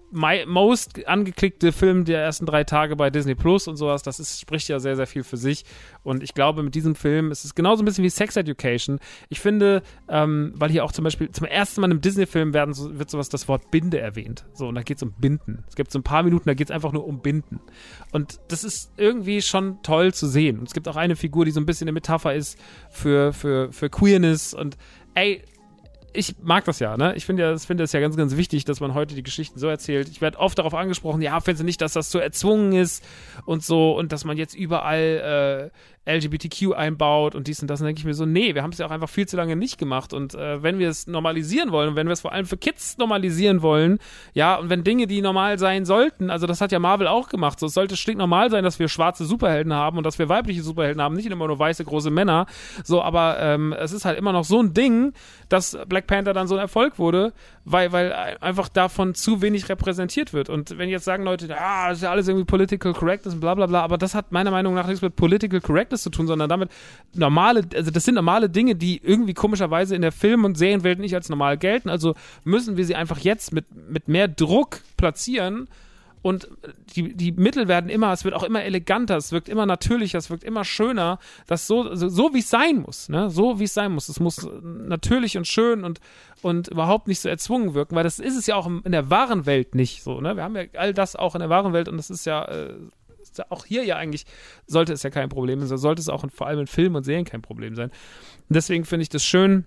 my, most angeklickte Film der ersten drei Tage bei Disney Plus und sowas. Das ist, spricht ja sehr, sehr viel für sich. Und ich glaube, mit diesem Film ist es genauso ein bisschen wie Sex Education. Ich finde, ähm, weil hier auch zum Beispiel zum ersten Mal im Disney-Film werden, so, wird sowas das Wort Binde erwähnt. So, und da geht es um Binden. Es gibt so ein paar Minuten, da geht es einfach nur um Binden. Und das ist irgendwie schon toll zu sehen. Und es gibt auch eine Figur, die so ein bisschen eine Metapher ist für, für, für Queerness. Und ey, ich mag das ja, ne? Ich finde ja, das finde es ja ganz, ganz wichtig, dass man heute die Geschichten so erzählt. Ich werde oft darauf angesprochen, ja, finden Sie nicht, dass das so erzwungen ist und so und dass man jetzt überall äh, L G B T Q einbaut und dies und das. Und dann denke ich mir so, nee, wir haben es ja auch einfach viel zu lange nicht gemacht. Und äh, wenn wir es normalisieren wollen und wenn wir es vor allem für Kids normalisieren wollen, ja, und wenn Dinge, die normal sein sollten, also das hat ja Marvel auch gemacht, so es sollte stinknormal sein, dass wir schwarze Superhelden haben und dass wir weibliche Superhelden haben, nicht immer nur weiße große Männer. So, aber ähm, es ist halt immer noch so ein Ding, dass Black Panther dann so ein Erfolg wurde, weil, weil einfach davon zu wenig repräsentiert wird. Und wenn jetzt sagen Leute, ah, das ist ja alles irgendwie Political Correctness und bla bla bla, aber das hat meiner Meinung nach nichts mit Political Correctness zu tun, sondern damit normale, also das sind normale Dinge, die irgendwie komischerweise in der Film- und Serienwelt nicht als normal gelten, also müssen wir sie einfach jetzt mit, mit mehr Druck platzieren. Und die, die Mittel werden immer, es wird auch immer eleganter, es wirkt immer natürlicher, es wirkt immer schöner, das so, so, so wie es sein muss, ne? So wie es sein muss. Es muss natürlich und schön und, und überhaupt nicht so erzwungen wirken, weil das ist es ja auch in der wahren Welt nicht so, ne? Wir haben ja all das auch in der wahren Welt und das ist ja, äh, ist ja auch hier ja eigentlich, sollte es ja kein Problem sein, sollte es auch in, vor allem in Filmen und Serien kein Problem sein. Und deswegen finde ich das schön,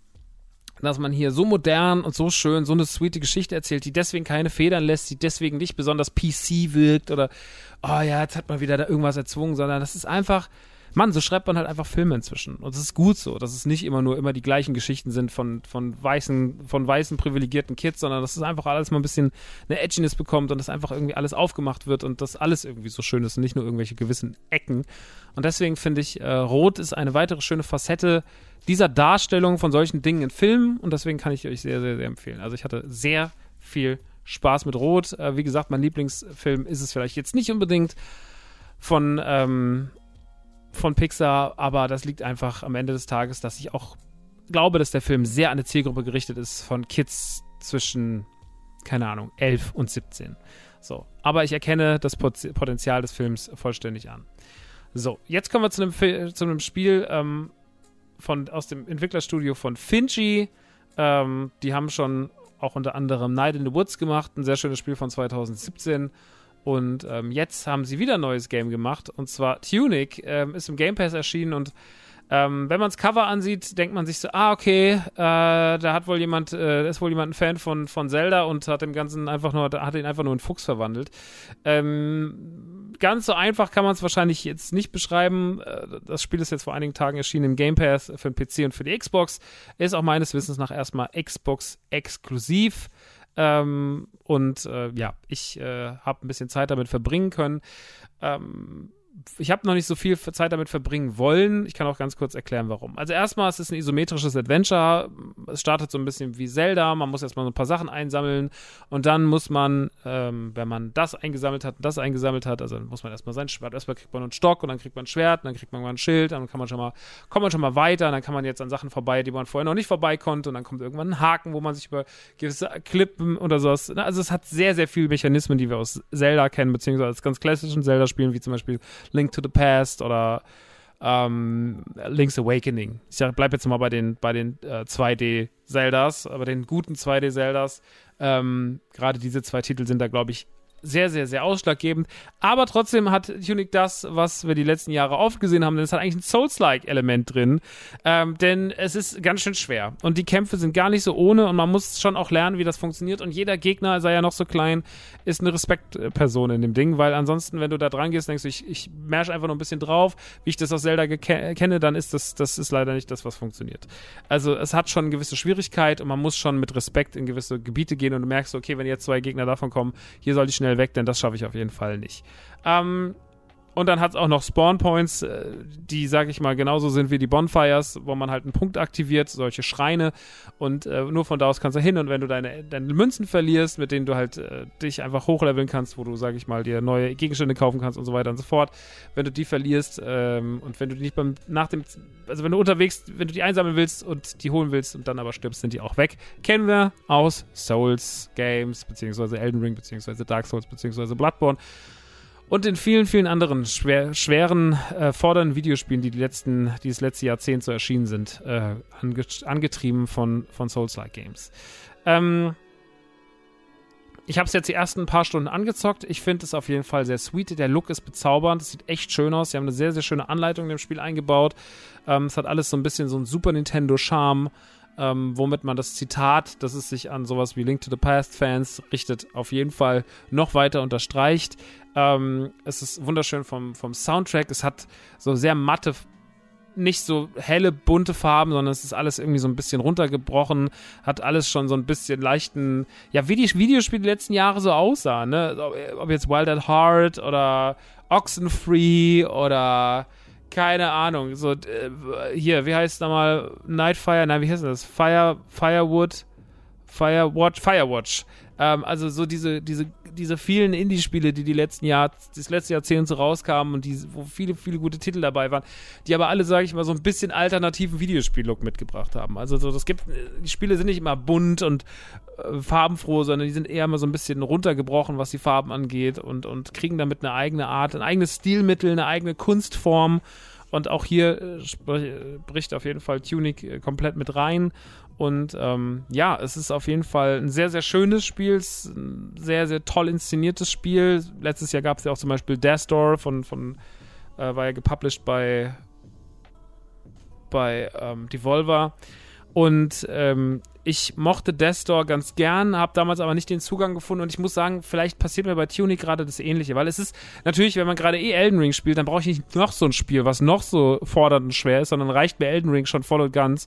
dass man hier so modern und so schön so eine sweete Geschichte erzählt, die deswegen keine Federn lässt, die deswegen nicht besonders P C wirkt oder, oh ja, jetzt hat man wieder da irgendwas erzwungen, sondern das ist einfach, Mann, so schreibt man halt einfach Filme inzwischen. Und es ist gut so, dass es nicht immer nur immer die gleichen Geschichten sind von, von weißen, von weißen privilegierten Kids, sondern dass es einfach alles mal ein bisschen eine Edginess bekommt und dass einfach irgendwie alles aufgemacht wird und dass alles irgendwie so schön ist und nicht nur irgendwelche gewissen Ecken. Und deswegen finde ich, äh, Rot ist eine weitere schöne Facette dieser Darstellung von solchen Dingen in Filmen und deswegen kann ich euch sehr, sehr, sehr empfehlen. Also ich hatte sehr viel Spaß mit Rot. Äh, wie gesagt, mein Lieblingsfilm ist es vielleicht jetzt nicht unbedingt von, ähm, von Pixar, aber das liegt einfach am Ende des Tages, dass ich auch glaube, dass der Film sehr an eine Zielgruppe gerichtet ist von Kids zwischen, keine Ahnung, elf und siebzehn. So, aber ich erkenne das Potenzial des Films vollständig an. So, jetzt kommen wir zu einem, Fi- zu einem Spiel, ähm, Von, aus dem Entwicklerstudio von Finji. Ähm, die haben schon auch unter anderem Night in the Woods gemacht, ein sehr schönes Spiel von zwanzig siebzehn. Und ähm, jetzt haben sie wieder ein neues Game gemacht. Und zwar Tunic ähm, ist im Game Pass erschienen. Und ähm, wenn man das Cover ansieht, denkt man sich so, ah, okay, äh, da hat wohl jemand, äh, ist wohl jemand ein Fan von, von Zelda und hat dem Ganzen einfach nur, hat ihn einfach nur in Fuchs verwandelt. Ähm, ganz so einfach kann man es wahrscheinlich jetzt nicht beschreiben. Das Spiel ist jetzt vor einigen Tagen erschienen im Game Pass für den P C und für die Xbox. Ist auch meines Wissens nach erstmal Xbox exklusiv. Ähm, und äh, ja, ich äh, habe ein bisschen Zeit damit verbringen können. Ähm, ich habe noch nicht so viel Zeit damit verbringen wollen. Ich kann auch ganz kurz erklären, warum. Also erstmal, es ist ein isometrisches Adventure. Es startet so ein bisschen wie Zelda. Man muss erstmal so ein paar Sachen einsammeln und dann muss man, ähm, wenn man das eingesammelt hat und das eingesammelt hat, also dann muss man erstmal sein Schwert, erstmal kriegt man einen Stock und dann kriegt man ein Schwert und dann kriegt man mal ein Schild, dann kann man schon mal, kommt man schon mal weiter und dann kann man jetzt an Sachen vorbei, die man vorher noch nicht vorbei konnte und dann kommt irgendwann ein Haken, wo man sich über gewisse Klippen oder sowas, also es hat sehr, sehr viele Mechanismen, die wir aus Zelda kennen, beziehungsweise aus ganz klassischen Zelda-Spielen, wie zum Beispiel Link to the Past oder ähm, Link's Awakening. Ich bleibe jetzt mal bei den, bei den äh, zwei D-Zeldas, aber den guten zwei D-Zeldas. Ähm, gerade diese zwei Titel sind da, glaube ich, sehr, sehr, sehr ausschlaggebend. Aber trotzdem hat Tunic das, was wir die letzten Jahre oft gesehen haben, denn es hat eigentlich ein Souls-like-Element drin. Ähm, denn es ist ganz schön schwer. Und die Kämpfe sind gar nicht so ohne und man muss schon auch lernen, wie das funktioniert. Und jeder Gegner, sei ja noch so klein, ist eine Respektperson in dem Ding, weil ansonsten, wenn du da dran gehst, denkst du, ich, ich mersch einfach nur ein bisschen drauf, wie ich das aus Zelda geke- kenne, dann ist das, das ist leider nicht das, was funktioniert. Also es hat schon eine gewisse Schwierigkeit und man muss schon mit Respekt in gewisse Gebiete gehen und du merkst, okay, wenn jetzt zwei Gegner davon kommen, hier soll ich schnell weg, denn das schaffe ich auf jeden Fall nicht. Ähm, Und dann hat es auch noch Spawn Points, die, sag ich mal, genauso sind wie die Bonfires, wo man halt einen Punkt aktiviert, solche Schreine. Und äh, nur von da aus kannst du hin. Und wenn du deine, deine Münzen verlierst, mit denen du halt äh, dich einfach hochleveln kannst, wo du, sag ich mal, dir neue Gegenstände kaufen kannst und so weiter und so fort. Wenn du die verlierst ähm, und wenn du die nicht beim, nach dem, also wenn du unterwegs, wenn du die einsammeln willst und die holen willst und dann aber stirbst, sind die auch weg. Kennen wir aus Souls Games, beziehungsweise Elden Ring, beziehungsweise Dark Souls, beziehungsweise Bloodborne. Und in vielen, vielen anderen schwer, schweren, äh, fordernden Videospielen, die, die, letzten, die das letzte Jahrzehnt so erschienen sind, äh, ange, angetrieben von, von Souls-like Games. Ähm, ich habe es jetzt die ersten paar Stunden angezockt. Ich finde es auf jeden Fall sehr sweet. Der Look ist bezaubernd. Es sieht echt schön aus. Sie haben eine sehr, sehr schöne Anleitung in dem Spiel eingebaut. Ähm, es hat alles so ein bisschen so einen Super Nintendo-Charme. Ähm, womit man das Zitat, das es sich an sowas wie Link to the Past-Fans richtet, auf jeden Fall noch weiter unterstreicht. Ähm, es ist wunderschön vom, vom Soundtrack. Es hat so sehr matte, nicht so helle, bunte Farben, sondern es ist alles irgendwie so ein bisschen runtergebrochen, hat alles schon so ein bisschen leichten, ja, wie die Videospiele die letzten Jahre so aussahen, ne? Ob jetzt Wild at Heart oder Oxenfree oder keine Ahnung, so, äh, hier, wie heißt es nochmal? Nightfire, nein, wie heißt das? Fire, Firewood, Firewatch, Firewatch. Ähm, also so diese, diese, diese vielen Indie-Spiele, die die letzten Jahr, das letzte Jahrzehnt so rauskamen und die, wo viele, viele gute Titel dabei waren, die aber alle, sage ich mal, so ein bisschen alternativen Videospiel-Look mitgebracht haben. Also so, das gibt, die Spiele sind nicht immer bunt und äh, farbenfroh, sondern die sind eher immer so ein bisschen runtergebrochen, was die Farben angeht und, und kriegen damit eine eigene Art, ein eigenes Stilmittel, eine eigene Kunstform. Und auch hier äh, sprich, bricht auf jeden Fall Tunic äh, komplett mit rein. Und ähm, ja, es ist auf jeden Fall ein sehr, sehr schönes Spiel, ein sehr, sehr toll inszeniertes Spiel. Letztes Jahr gab es ja auch zum Beispiel Death Door, von, von, äh, war ja gepublished bei, bei ähm, Devolver. Und ähm, ich mochte Death Door ganz gern, habe damals aber nicht den Zugang gefunden und ich muss sagen, vielleicht passiert mir bei Tunic gerade das Ähnliche, weil es ist natürlich, wenn man gerade eh Elden Ring spielt, dann brauche ich nicht noch so ein Spiel, was noch so fordernd und schwer ist, sondern reicht mir Elden Ring schon voll und ganz.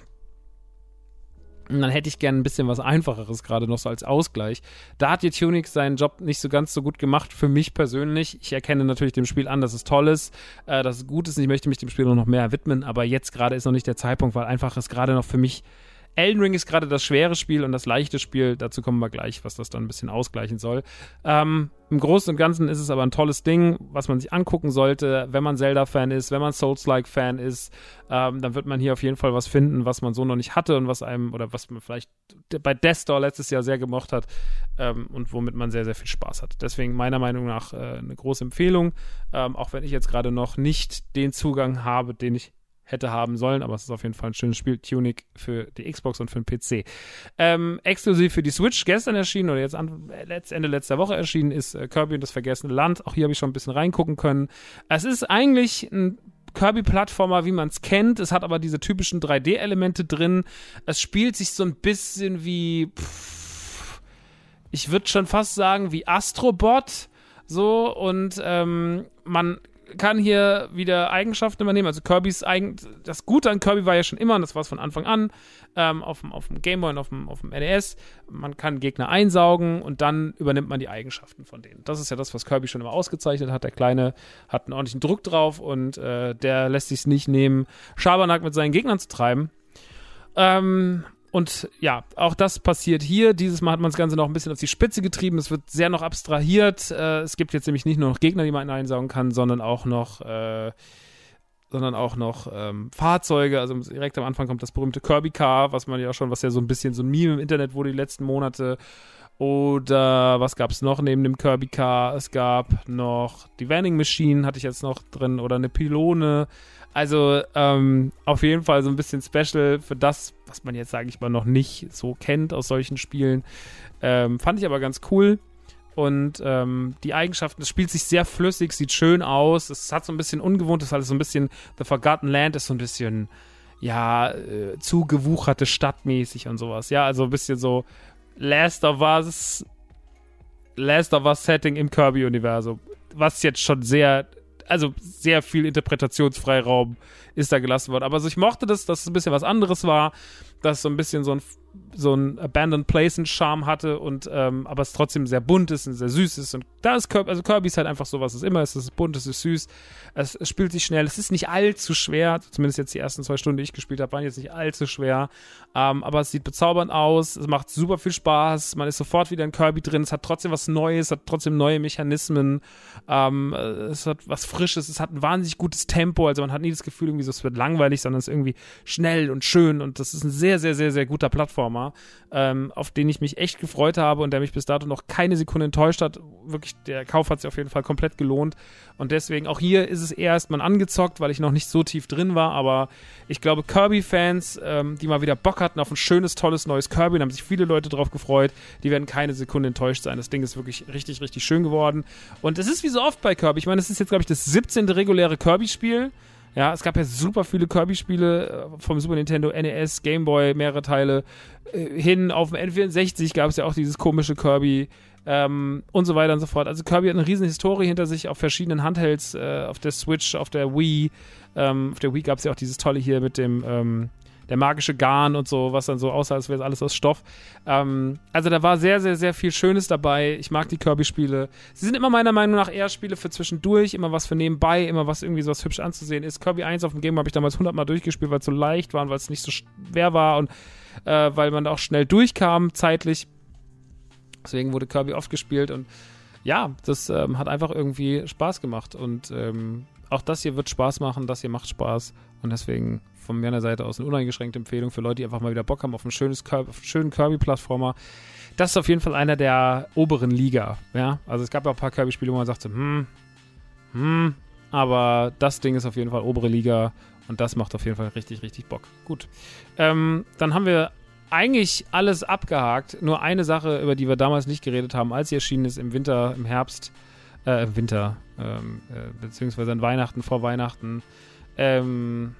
Und dann hätte ich gerne ein bisschen was Einfacheres gerade noch so als Ausgleich. Da hat die Tunic seinen Job nicht so ganz so gut gemacht, für mich persönlich. Ich erkenne natürlich dem Spiel an, dass es toll ist, äh, dass es gut ist und ich möchte mich dem Spiel noch mehr widmen, aber jetzt gerade ist noch nicht der Zeitpunkt, weil einfach es gerade noch für mich Elden Ring ist gerade das schwere Spiel und das leichte Spiel, dazu kommen wir gleich, was das dann ein bisschen ausgleichen soll. Ähm, im Großen und Ganzen ist es aber ein tolles Ding, was man sich angucken sollte, wenn man Zelda-Fan ist, wenn man Souls-like-Fan ist, ähm, dann wird man hier auf jeden Fall was finden, was man so noch nicht hatte und was einem, oder was man vielleicht bei Death Door letztes Jahr sehr gemocht hat ähm, und womit man sehr, sehr viel Spaß hat. Deswegen meiner Meinung nach äh, eine große Empfehlung, ähm, auch wenn ich jetzt gerade noch nicht den Zugang habe, den ich hätte haben sollen, aber es ist auf jeden Fall ein schönes Spiel. Tunic für die Xbox und für den P C. Ähm, exklusiv für die Switch gestern erschienen oder jetzt an, letzt, Ende letzter Woche erschienen ist äh, Kirby und das vergessene Land. Auch hier habe ich schon ein bisschen reingucken können. Es ist eigentlich ein Kirby-Plattformer, wie man es kennt. Es hat aber diese typischen drei D-Elemente drin. Es spielt sich so ein bisschen wie, pff, ich würde schon fast sagen, wie Astrobot. So, und ähm, man kann hier wieder Eigenschaften übernehmen. Also Kirby's eigen, das Gute an Kirby war ja schon immer, und das war es von Anfang an, ähm, auf dem, auf dem Gameboy und auf dem, auf dem N E S, man kann Gegner einsaugen und dann übernimmt man die Eigenschaften von denen. Das ist ja das, was Kirby schon immer ausgezeichnet hat. Der Kleine hat einen ordentlichen Druck drauf und äh, der lässt sich's nicht nehmen, Schabernack mit seinen Gegnern zu treiben. Ähm, Und ja, auch das passiert hier. Dieses Mal hat man das Ganze noch ein bisschen auf die Spitze getrieben. Es wird sehr noch abstrahiert. Äh, es gibt jetzt nämlich nicht nur noch Gegner, die man einsaugen kann, sondern auch noch, äh, sondern auch noch ähm, Fahrzeuge. Also direkt am Anfang kommt das berühmte Kirby Car, was man ja schon, was ja so ein bisschen so ein Meme im Internet wurde die letzten Monate. Oder was gab es noch neben dem Kirby Car? Es gab noch die Vending Machine, hatte ich jetzt noch drin, oder eine Pylone. Also ähm, auf jeden Fall so ein bisschen special für das, was man jetzt, sage ich mal, noch nicht so kennt aus solchen Spielen. Ähm, fand ich aber ganz cool. Und ähm, die Eigenschaften, es spielt sich sehr flüssig, sieht schön aus. Es hat so ein bisschen ungewohntes, weil es so ein bisschen The Forgotten Land ist, so ein bisschen, ja, äh, zugewucherte Stadtmäßig und sowas. Ja, also ein bisschen so Last of Us, Last of Us Setting im Kirby-Universum. Was jetzt schon sehr... Also sehr viel Interpretationsfreiraum ist da gelassen worden. Aber also ich mochte das, dass es ein bisschen was anderes war, dass es so ein bisschen so ein so ein Abandoned Place-Charme hatte und ähm, aber es trotzdem sehr bunt ist und sehr süß ist. Und da ist Kirby, also Kirby ist halt einfach so, was es immer ist. Es ist bunt, es ist süß, es, es spielt sich schnell, es ist nicht allzu schwer, zumindest jetzt die ersten zwei Stunden, die ich gespielt habe, waren jetzt nicht allzu schwer. Ähm, aber es sieht bezaubernd aus, es macht super viel Spaß, man ist sofort wieder in Kirby drin, es hat trotzdem was Neues, es hat trotzdem neue Mechanismen, ähm, es hat was Frisches, es hat ein wahnsinnig gutes Tempo, also man hat nie das Gefühl, irgendwie so, es wird langweilig, sondern es ist irgendwie schnell und schön und das ist ein sehr, sehr, sehr, sehr guter Plattformer, ähm, auf den ich mich echt gefreut habe und der mich bis dato noch keine Sekunde enttäuscht hat. Wirklich, der Kauf hat sich auf jeden Fall komplett gelohnt und deswegen auch hier ist es eher erstmal angezockt, weil ich noch nicht so tief drin war, aber ich glaube, Kirby-Fans, ähm, die mal wieder Bock hatten auf ein schönes, tolles, neues Kirby, da haben sich viele Leute drauf gefreut, die werden keine Sekunde enttäuscht sein. Das Ding ist wirklich richtig, richtig schön geworden und es ist wie so oft bei Kirby, ich meine, es ist jetzt, glaube ich, das siebzehnte reguläre Kirby-Spiel. Ja, es gab ja super viele Kirby-Spiele vom Super Nintendo, N E S, Game Boy, mehrere Teile. Äh, hin auf dem N vierundsechzig gab es ja auch dieses komische Kirby ähm, und so weiter und so fort. Also Kirby hat eine riesen Historie hinter sich auf verschiedenen Handhelds, äh, auf der Switch, auf der Wii. Ähm, auf der Wii gab es ja auch dieses tolle hier mit dem ähm, der magische Garn und so, was dann so aussah, als wäre es alles aus Stoff. Ähm, also da war sehr, sehr, sehr viel Schönes dabei. Ich mag die Kirby-Spiele. Sie sind immer meiner Meinung nach eher Spiele für zwischendurch, immer was für nebenbei, immer was irgendwie so was hübsch anzusehen ist. Kirby eins auf dem Game habe ich damals hundert Mal durchgespielt, weil es so leicht war und weil es nicht so schwer war und äh, weil man da auch schnell durchkam, zeitlich. Deswegen wurde Kirby oft gespielt und ja, das ähm, hat einfach irgendwie Spaß gemacht und ähm, auch das hier wird Spaß machen, das hier macht Spaß und deswegen von meiner Seite aus eine uneingeschränkte Empfehlung für Leute, die einfach mal wieder Bock haben auf, ein schönes Kirby, auf einen schönen Kirby-Plattformer. Das ist auf jeden Fall einer der oberen Liga, ja, also es gab ja auch ein paar Kirby-Spiele, wo man sagte, hm, hm, aber das Ding ist auf jeden Fall obere Liga und das macht auf jeden Fall richtig, richtig Bock. Gut, ähm, dann haben wir eigentlich alles abgehakt, nur eine Sache, über die wir damals nicht geredet haben, als sie erschienen ist im Winter, im Herbst, äh, im Winter, ähm, äh, beziehungsweise an Weihnachten, vor Weihnachten, ähm,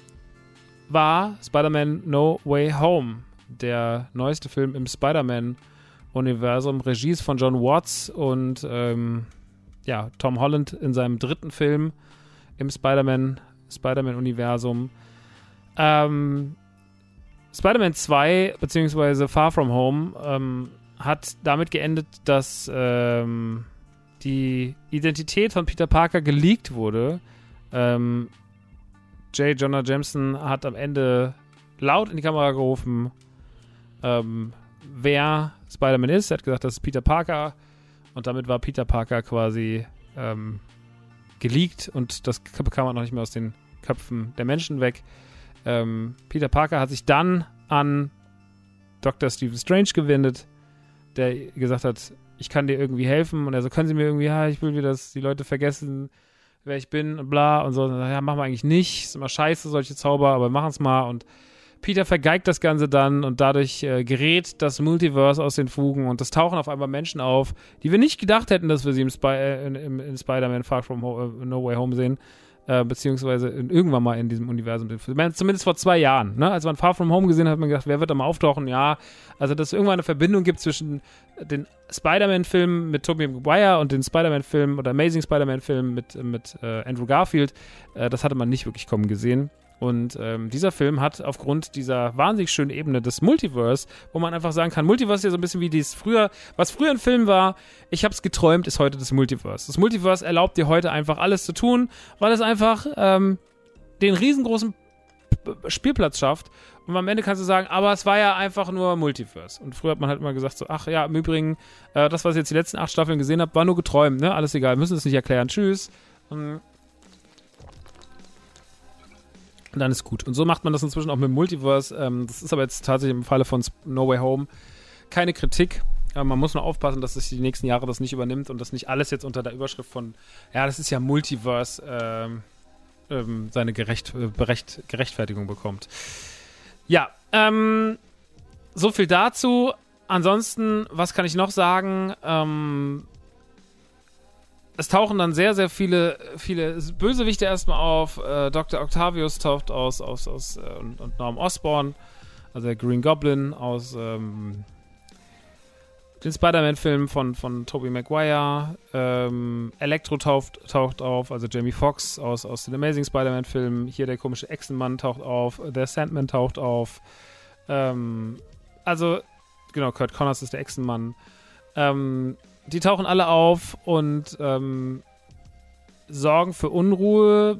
war Spider-Man No Way Home, der neueste Film im Spider-Man-Universum. Regie ist von John Watts und ähm, ja, Tom Holland in seinem dritten Film im Spider-Man, Spider-Man-Universum. Ähm, Spider-Man zwei, beziehungsweise Far From Home, ähm, hat damit geendet, dass ähm, die Identität von Peter Parker geleakt wurde. Ähm, J. Jonah Jameson hat am Ende laut in die Kamera gerufen, ähm, wer Spider-Man ist. Er hat gesagt, das ist Peter Parker. Und damit war Peter Parker quasi ähm, geleakt und das bekam man noch nicht mehr aus den Köpfen der Menschen weg. Ähm, Peter Parker hat sich dann an Doktor Stephen Strange gewendet, der gesagt hat, ich kann dir irgendwie helfen. Und er so, können Sie mir irgendwie, ja, ich will wieder, dass die Leute vergessen, wer ich bin und bla und so. Und ja, machen wir eigentlich nicht. Ist immer scheiße, solche Zauber, aber machen es mal. Und Peter vergeigt das Ganze dann und dadurch äh, gerät das Multiverse aus den Fugen und es tauchen auf einmal Menschen auf, die wir nicht gedacht hätten, dass wir sie im, Spy- äh, in, in, in Spider-Man Far From Ho- äh, No Way Home sehen. Äh, beziehungsweise in, irgendwann mal in diesem Universum. Zumindest vor zwei Jahren. Ne? Als man Far From Home gesehen hat, hat man gedacht, wer wird da mal auftauchen? Ja, also dass es irgendwann eine Verbindung gibt zwischen den Spider-Man-Filmen mit Tobey Maguire und den Spider-Man-Filmen oder Amazing Spider-Man-Filmen mit, mit äh, Andrew Garfield, äh, das hatte man nicht wirklich kommen gesehen. Und ähm, dieser Film hat aufgrund dieser wahnsinnig schönen Ebene des Multiverse, wo man einfach sagen kann, Multiverse ist ja so ein bisschen wie dies früher, was früher ein Film war, ich hab's geträumt, ist heute das Multiverse. Das Multiverse erlaubt dir heute einfach alles zu tun, weil es einfach ähm, den riesengroßen P- Spielplatz schafft. Und am Ende kannst du sagen, aber es war ja einfach nur Multiverse. Und früher hat man halt immer gesagt so, ach ja, im Übrigen, äh, das, was ich jetzt die letzten acht Staffeln gesehen habe, war nur geträumt, ne? Alles egal, müssen es nicht erklären, tschüss. Und Und dann ist gut. Und so macht man das inzwischen auch mit dem Multiverse. Ähm, das ist aber jetzt tatsächlich im Falle von No Way Home keine Kritik. Aber man muss nur aufpassen, dass sich die nächsten Jahre das nicht übernimmt und dass nicht alles jetzt unter der Überschrift von, ja, das ist ja Multiverse, ähm, ähm, seine gerecht, äh, berecht, Gerechtfertigung bekommt. Ja, ähm, so viel dazu. Ansonsten, was kann ich noch sagen? Ähm, Es tauchen dann sehr, sehr viele, viele Bösewichte erstmal auf. Äh, Doktor Octavius taucht aus, aus, aus äh, und, und Norm Osborn, also der Green Goblin aus ähm, den Spider-Man-Filmen von, von Tobey Maguire. Ähm, Electro taucht, taucht auf, also Jamie Foxx aus, aus den Amazing Spider-Man-Filmen. Hier der komische Echsenmann taucht auf, der Sandman taucht auf. Ähm, also, genau, Kurt Connors ist der Echsenmann. Ähm, die tauchen alle auf und ähm, sorgen für Unruhe.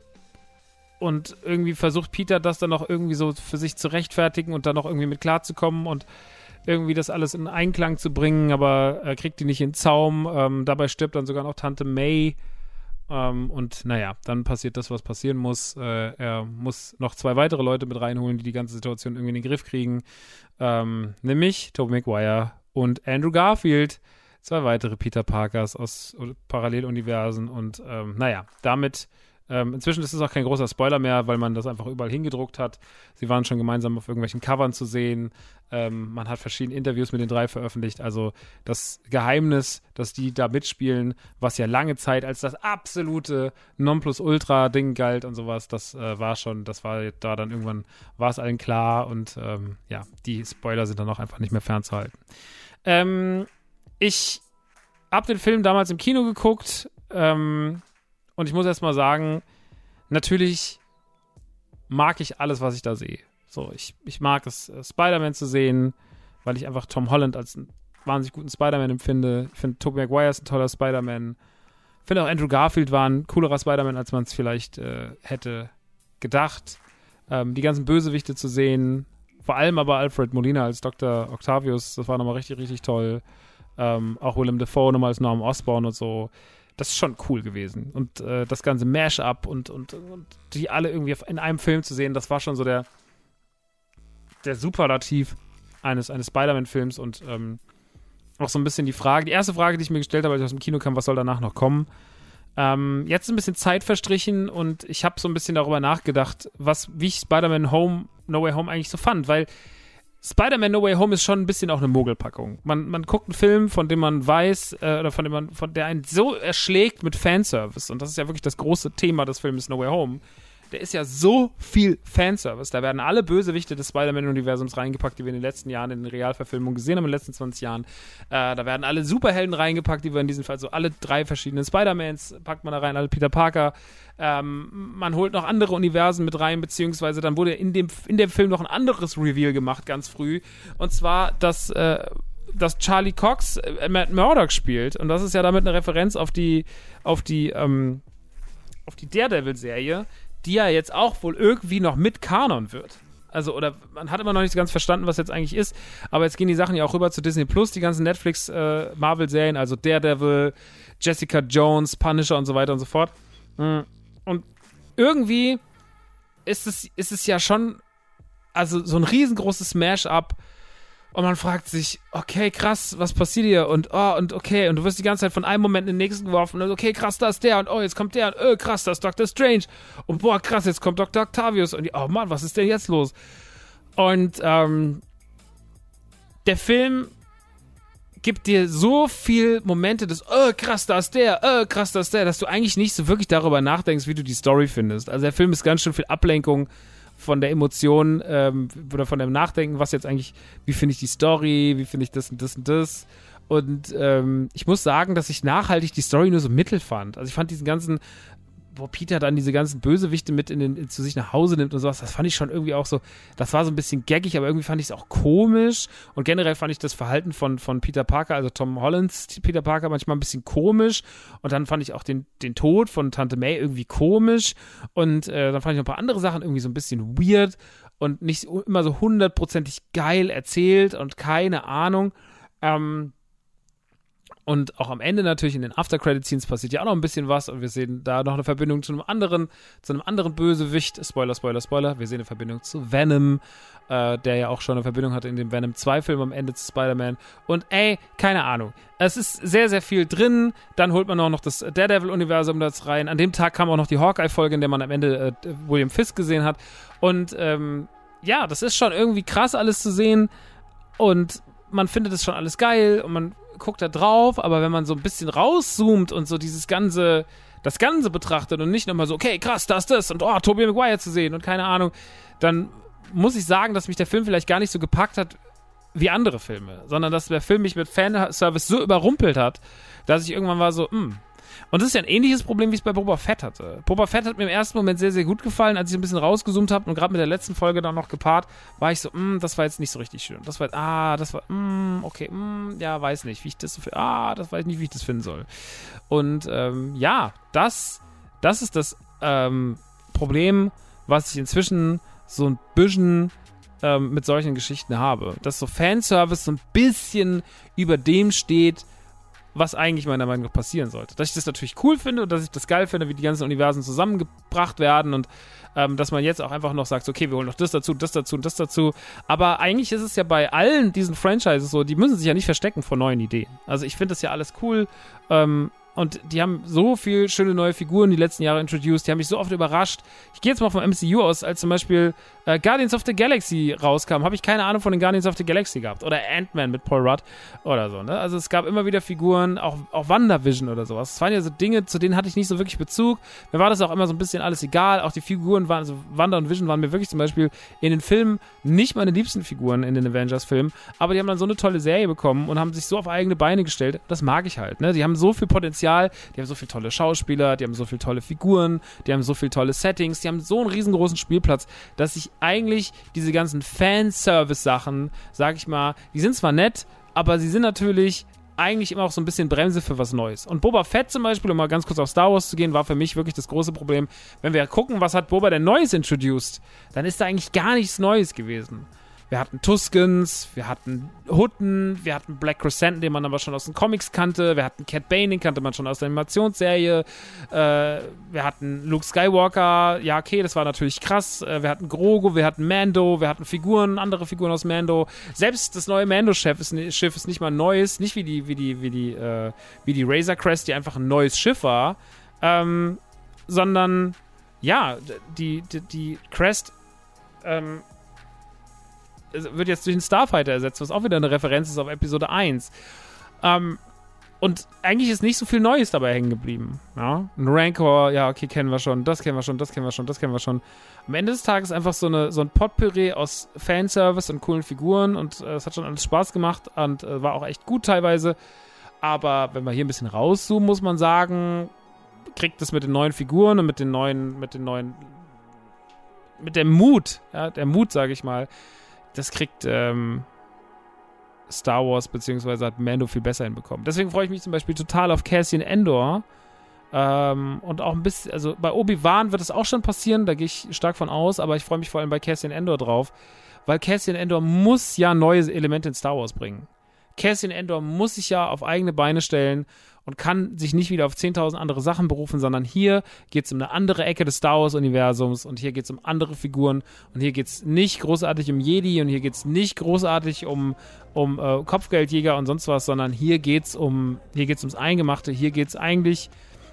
Und irgendwie versucht Peter das dann noch irgendwie so für sich zu rechtfertigen und dann noch irgendwie mit klarzukommen und irgendwie das alles in Einklang zu bringen, aber er kriegt die nicht in den Zaum. Ähm, dabei stirbt dann sogar noch Tante May. Ähm, und naja, dann passiert das, was passieren muss. Äh, er muss noch zwei weitere Leute mit reinholen, die die ganze Situation irgendwie in den Griff kriegen. Ähm, nämlich Tobey Maguire und Andrew Garfield. Zwei weitere Peter Parkers aus Paralleluniversen. Und ähm, naja, damit Ähm, inzwischen ist es auch kein großer Spoiler mehr, weil man das einfach überall hingedruckt hat. Sie waren schon gemeinsam auf irgendwelchen Covern zu sehen. Ähm, man hat verschiedene Interviews mit den drei veröffentlicht. Also das Geheimnis, dass die da mitspielen, was ja lange Zeit als das absolute Nonplusultra-Ding galt und sowas, das äh, war schon, das war da dann irgendwann, war es allen klar und ähm, ja, die Spoiler sind dann auch einfach nicht mehr fernzuhalten. Ähm, ich habe den Film damals im Kino geguckt, ähm, und ich muss erst mal sagen, natürlich mag ich alles, was ich da sehe. So, ich, ich mag es, äh, Spider-Man zu sehen, weil ich einfach Tom Holland als einen wahnsinnig guten Spider-Man empfinde. Ich finde, Tobey Maguire ist ein toller Spider-Man. Ich finde auch, Andrew Garfield war ein coolerer Spider-Man, als man es vielleicht äh, hätte gedacht. Ähm, die ganzen Bösewichte zu sehen, vor allem aber Alfred Molina als Doktor Octavius, das war nochmal richtig, richtig toll. Ähm, auch Willem Dafoe nochmal als Norman Osborn und so. Das ist schon cool gewesen. Und äh, das ganze Mash-up und, und, und die alle irgendwie in einem Film zu sehen, das war schon so der, der Superlativ eines, eines Spider-Man-Films. Und ähm, auch so ein bisschen die Frage, die erste Frage, die ich mir gestellt habe, als ich aus dem Kino kam, was soll danach noch kommen? Ähm, jetzt ist ein bisschen Zeit verstrichen und ich habe so ein bisschen darüber nachgedacht, was, wie ich Spider-Man Home, No Way Home eigentlich so fand, weil Spider-Man No Way Home ist schon ein bisschen auch eine Mogelpackung. Man, man guckt einen Film, von dem man weiß, äh, oder von dem man, von der einen so erschlägt mit Fanservice. Und das ist ja wirklich das große Thema des Films No Way Home. Der ist ja so viel Fanservice. Da werden alle Bösewichte des Spider-Man-Universums reingepackt, die wir in den letzten Jahren in den Realverfilmungen gesehen haben, in den letzten zwanzig Jahren. Äh, da werden alle Superhelden reingepackt, die wir in diesem Fall, also alle drei verschiedenen Spider-Mans packt man da rein, alle Peter Parker. Ähm, man holt noch andere Universen mit rein, beziehungsweise dann wurde in dem, in dem Film noch ein anderes Reveal gemacht, ganz früh. Und zwar, dass, äh, dass Charlie Cox äh, Matt Murdock spielt. Und das ist ja damit eine Referenz auf die, auf die, ähm, auf die Daredevil-Serie, die ja jetzt auch wohl irgendwie noch mit Kanon wird. Also, oder man hat immer noch nicht so ganz verstanden, was jetzt eigentlich ist, aber jetzt gehen die Sachen ja auch rüber zu Disney Plus, die ganzen Netflix-Marvel-Serien, äh, also Daredevil, Jessica Jones, Punisher und so weiter und so fort. Und irgendwie ist es, ist es ja schon, also so ein riesengroßes Smash-Up. Und man fragt sich, okay, krass, was passiert hier? Und oh, und okay, und du wirst die ganze Zeit von einem Moment in den nächsten geworfen. Und okay, krass, da ist der. Und oh, jetzt kommt der. Und oh, krass, da ist Doctor Strange. Und boah, krass, jetzt kommt Doktor Octavius. Und oh Mann, was ist denn jetzt los? Und ähm, der Film gibt dir so viel Momente des, oh, krass, da ist der. Oh, krass, da ist der. Dass du eigentlich nicht so wirklich darüber nachdenkst, wie du die Story findest. Also der Film ist ganz schön viel Ablenkung von der Emotion ähm, oder von dem Nachdenken, was jetzt eigentlich, wie finde ich die Story, wie finde ich das und das und das. Und ähm, ich muss sagen, dass ich nachhaltig die Story nur so mittel fand. Also ich fand diesen ganzen, wo Peter dann diese ganzen Bösewichte mit in den, in, zu sich nach Hause nimmt und sowas, das fand ich schon irgendwie auch so, das war so ein bisschen gaggig, aber irgendwie fand ich es auch komisch. Und generell fand ich das Verhalten von, von Peter Parker, also Tom Hollands Peter Parker, manchmal ein bisschen komisch. Und dann fand ich auch den, den Tod von Tante May irgendwie komisch. Und äh, dann fand ich noch ein paar andere Sachen irgendwie so ein bisschen weird und nicht immer so hundertprozentig geil erzählt und keine Ahnung. Ähm, Und auch am Ende natürlich in den After-Credit-Scenes passiert ja auch noch ein bisschen was und wir sehen da noch eine Verbindung zu einem anderen, zu einem anderen Bösewicht. Spoiler, Spoiler, Spoiler. Wir sehen eine Verbindung zu Venom, äh, der ja auch schon eine Verbindung hatte in dem Venom zwei Film am Ende zu Spider-Man. Und ey, keine Ahnung. Es ist sehr, sehr viel drin. Dann holt man auch noch das Daredevil-Universum da rein. An dem Tag kam auch noch die Hawkeye-Folge, in der man am Ende äh, William Fisk gesehen hat. Und ähm, ja, das ist schon irgendwie krass alles zu sehen und man findet es schon alles geil und man guckt da drauf, aber wenn man so ein bisschen rauszoomt und so dieses ganze, das Ganze betrachtet und nicht nochmal so, okay, krass, da ist das und oh, Tobey Maguire zu sehen und keine Ahnung, dann muss ich sagen, dass mich der Film vielleicht gar nicht so gepackt hat wie andere Filme, sondern dass der Film mich mit Fanservice so überrumpelt hat, dass ich irgendwann war so, hm, Und das ist ja ein ähnliches Problem, wie es bei Boba Fett hatte. Boba Fett hat mir im ersten Moment sehr, sehr gut gefallen, als ich ein bisschen rausgezoomt habe und gerade mit der letzten Folge dann noch gepaart, war ich so, mh, das war jetzt nicht so richtig schön. Das war, ah, das war, mh, okay, mh, ja, weiß nicht, wie ich das, ah, das weiß ich nicht, wie ich das finden soll. Und ähm, ja, das, das ist das ähm, Problem, was ich inzwischen so ein bisschen ähm, mit solchen Geschichten habe. Dass so Fanservice so ein bisschen über dem steht, was eigentlich meiner Meinung nach passieren sollte. Dass ich das natürlich cool finde und dass ich das geil finde, wie die ganzen Universen zusammengebracht werden und ähm, dass man jetzt auch einfach noch sagt, okay, wir holen noch das dazu, das dazu und das dazu. Aber eigentlich ist es ja bei allen diesen Franchises so, die müssen sich ja nicht verstecken vor neuen Ideen. Also ich finde das ja alles cool, ähm, und die haben so viel schöne neue Figuren die letzten Jahre introduced, die haben mich so oft überrascht. Ich gehe jetzt mal vom M C U aus, als zum Beispiel äh, Guardians of the Galaxy rauskam, habe ich keine Ahnung von den Guardians of the Galaxy gehabt. Oder Ant-Man mit Paul Rudd oder so, ne? Also es gab immer wieder Figuren, auch, auch WandaVision oder sowas. Es waren ja so Dinge, zu denen hatte ich nicht so wirklich Bezug. Mir war das auch immer so ein bisschen alles egal. Auch die Figuren waren, also Wanda und Vision waren mir wirklich zum Beispiel in den Filmen nicht meine liebsten Figuren in den Avengers-Filmen, aber die haben dann so eine tolle Serie bekommen und haben sich so auf eigene Beine gestellt. Das mag ich halt, ne? Die haben so viel Potenzial. Die haben so viele tolle Schauspieler, die haben so viele tolle Figuren, die haben so viele tolle Settings, die haben so einen riesengroßen Spielplatz, dass ich eigentlich diese ganzen Fanservice-Sachen, sag ich mal, die sind zwar nett, aber sie sind natürlich eigentlich immer auch so ein bisschen Bremse für was Neues. Und Boba Fett zum Beispiel, um mal ganz kurz auf Star Wars zu gehen, war für mich wirklich das große Problem. Wenn wir gucken, was hat Boba denn Neues introduced, dann ist da eigentlich gar nichts Neues gewesen. Wir hatten Tuskens, wir hatten Hutten, wir hatten Black Crescent, den man aber schon aus den Comics kannte, wir hatten Cat Bane, den kannte man schon aus der Animationsserie, äh, wir hatten Luke Skywalker, ja okay, das war natürlich krass, äh, wir hatten Grogu, wir hatten Mando, wir hatten Figuren, andere Figuren aus Mando, selbst das neue Mando-Schiff ist, Schiff ist nicht mal ein neues, nicht wie die, wie die, wie die, äh, wie die Razor Crest, die einfach ein neues Schiff war, ähm, sondern, ja, die, die, die Crest, ähm, wird jetzt durch den Starfighter ersetzt, was auch wieder eine Referenz ist auf Episode eins. Ähm, und eigentlich ist nicht so viel Neues dabei hängen geblieben. Ja? Ein Rancor, ja, okay, kennen wir schon, das kennen wir schon, das kennen wir schon, das kennen wir schon. Am Ende des Tages einfach so, eine, so ein Potpourri aus Fanservice und coolen Figuren und äh, es hat schon alles Spaß gemacht und äh, war auch echt gut teilweise. Aber wenn wir hier ein bisschen rauszoomen, muss man sagen, kriegt es mit den neuen Figuren und mit den neuen, mit den neuen, mit dem Mut, ja, der Mut, sage ich mal, das kriegt ähm, Star Wars beziehungsweise hat Mando viel besser hinbekommen. Deswegen freue ich mich zum Beispiel total auf Cassian Andor ähm, und auch ein bisschen, also bei Obi-Wan wird es auch schon passieren, da gehe ich stark von aus, aber ich freue mich vor allem bei Cassian Andor drauf, weil Cassian Andor muss ja neue Elemente in Star Wars bringen. Cassian Andor muss sich ja auf eigene Beine stellen und kann sich nicht wieder auf zehntausend andere Sachen berufen, sondern hier geht es um eine andere Ecke des Star Wars-Universums und hier geht es um andere Figuren und hier geht es nicht großartig um Jedi und hier geht es nicht großartig um, um äh, Kopfgeldjäger und sonst was, sondern hier geht es um, hier geht's ums Eingemachte, hier geht es eigentlich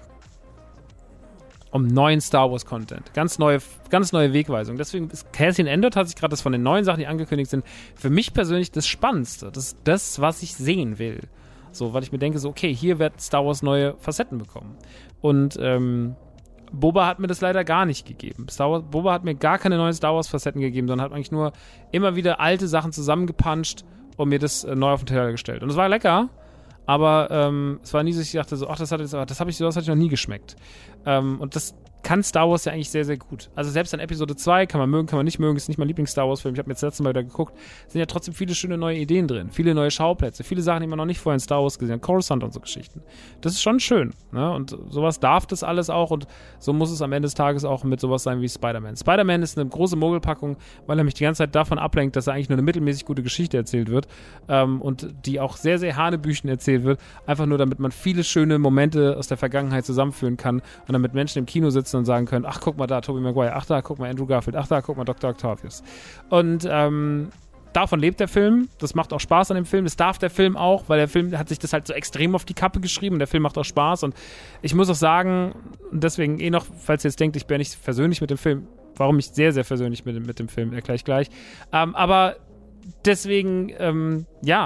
um neuen Star Wars-Content. Ganz neue, ganz neue Wegweisung. Deswegen ist Cassian Andor tatsächlich gerade das von den neuen Sachen, die angekündigt sind, für mich persönlich das Spannendste. Das ist das, was ich sehen will. So, weil ich mir denke, so, okay, hier wird Star Wars neue Facetten bekommen. Und ähm, Boba hat mir das leider gar nicht gegeben. Star Wars, Boba hat mir gar keine neuen Star Wars-Facetten gegeben, sondern hat eigentlich nur immer wieder alte Sachen zusammengepuncht und mir das äh, neu auf den Teller gestellt. Und es war lecker, aber ähm, es war nie so, ich dachte so, ach, das hat jetzt, das habe ich, sowas hatte ich noch nie geschmeckt. Ähm, und das kann Star Wars ja eigentlich sehr, sehr gut. Also selbst an Episode zwei kann man mögen, kann man nicht mögen, ist nicht mein Lieblings-Star Wars-Film, ich habe mir jetzt letztes Mal wieder geguckt, sind ja trotzdem viele schöne neue Ideen drin, viele neue Schauplätze, viele Sachen, die man noch nicht vorher in Star Wars gesehen hat, Coruscant und so Geschichten. Das ist schon schön, ne? Und sowas darf das alles auch und so muss es am Ende des Tages auch mit sowas sein wie Spider-Man. Spider-Man ist eine große Mogelpackung, weil er mich die ganze Zeit davon ablenkt, dass er eigentlich nur eine mittelmäßig gute Geschichte erzählt wird ähm, und die auch sehr, sehr hanebüchen erzählt wird, einfach nur damit man viele schöne Momente aus der Vergangenheit zusammenführen kann und damit Menschen im Kino sitzen und sagen können, ach, guck mal da, Tobey Maguire, ach da, guck mal Andrew Garfield, ach da, guck mal Doktor Octavius. Und ähm, davon lebt der Film, das macht auch Spaß an dem Film, das darf der Film auch, weil der Film hat sich das halt so extrem auf die Kappe geschrieben und der Film macht auch Spaß und ich muss auch sagen, deswegen eh noch, falls ihr jetzt denkt, ich bin nicht versöhnlich mit dem Film, warum ich sehr, sehr versöhnlich mit, mit dem Film, erkläre ich gleich, ähm, aber deswegen, ähm, ja,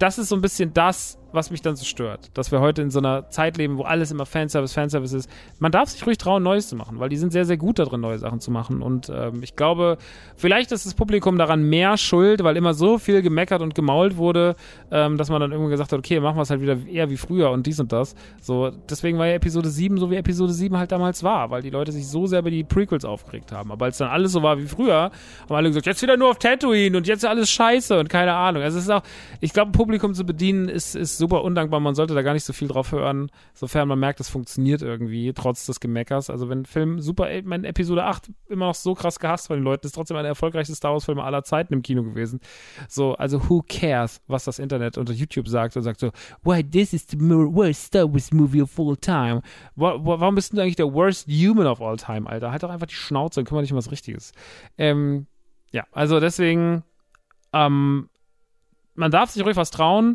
das ist so ein bisschen das, was mich dann so stört. Dass wir heute in so einer Zeit leben, wo alles immer Fanservice, Fanservice ist. Man darf sich ruhig trauen, Neues zu machen, weil die sind sehr, sehr gut darin, neue Sachen zu machen. Und ähm, ich glaube, vielleicht ist das Publikum daran mehr schuld, weil immer so viel gemeckert und gemault wurde, ähm, dass man dann irgendwann gesagt hat, okay, machen wir es halt wieder eher wie früher und dies und das. So, deswegen war ja Episode sieben so, wie Episode sieben halt damals war, weil die Leute sich so sehr über die Prequels aufgeregt haben. Aber als dann alles so war wie früher, haben alle gesagt, jetzt wieder nur auf Tatooine und jetzt alles scheiße und keine Ahnung. Also es ist auch, ich glaube, ein Publikum zu bedienen ist, ist super undankbar. Man sollte da gar nicht so viel drauf hören, sofern man merkt, es funktioniert irgendwie, trotz des Gemeckers. Also wenn ein Film super, mein Episode acht immer noch so krass gehasst von den Leuten, ist trotzdem einer der erfolgreichsten Star Wars Filme aller Zeiten im Kino gewesen. So, also who cares, was das Internet unter YouTube sagt und sagt so, why this is the worst Star Wars movie of all time. Warum bist du eigentlich der worst human of all time, Alter? Halt doch einfach die Schnauze und kümmere dich um was Richtiges. Ähm, ja, also deswegen, ähm, man darf sich ruhig was trauen.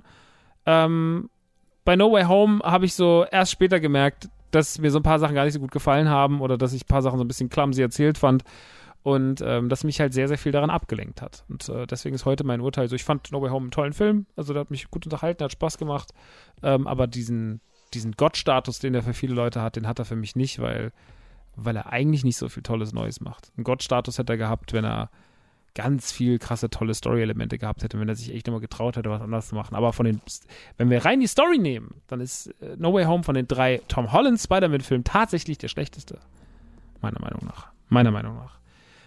Ähm, bei No Way Home habe ich so erst später gemerkt, dass mir so ein paar Sachen gar nicht so gut gefallen haben oder dass ich ein paar Sachen so ein bisschen clumsy erzählt fand und ähm, das mich halt sehr, sehr viel daran abgelenkt hat. Und äh, deswegen ist heute mein Urteil so, ich fand No Way Home einen tollen Film, also der hat mich gut unterhalten, hat Spaß gemacht, ähm, aber diesen, diesen Gott-Status, den er für viele Leute hat, den hat er für mich nicht, weil, weil er eigentlich nicht so viel Tolles Neues macht. Einen Gott-Status hätte er gehabt, wenn er ganz viel krasse, tolle Story-Elemente gehabt hätte, wenn er sich echt immer getraut hätte, was anderes zu machen. Aber von den, wenn wir rein die Story nehmen, dann ist äh, No Way Home von den drei Tom Holland Spider-Man-Filmen tatsächlich der schlechteste. Meiner Meinung nach. Meiner Meinung nach.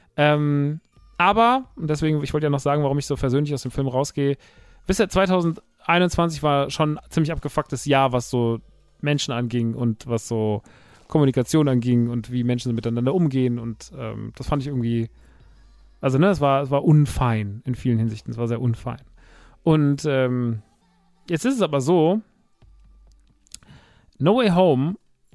Ähm, aber, und deswegen, ich wollte ja noch sagen, warum ich so versöhnlich aus dem Film rausgehe, bisher zwanzig einundzwanzig war schon ein ziemlich abgefucktes Jahr, was so Menschen anging und was so Kommunikation anging und wie Menschen miteinander umgehen und ähm, das fand ich irgendwie Also, ne, es war, es war unfein in vielen Hinsichten. Es war sehr unfein. Und ähm, jetzt ist es aber so, No Way Home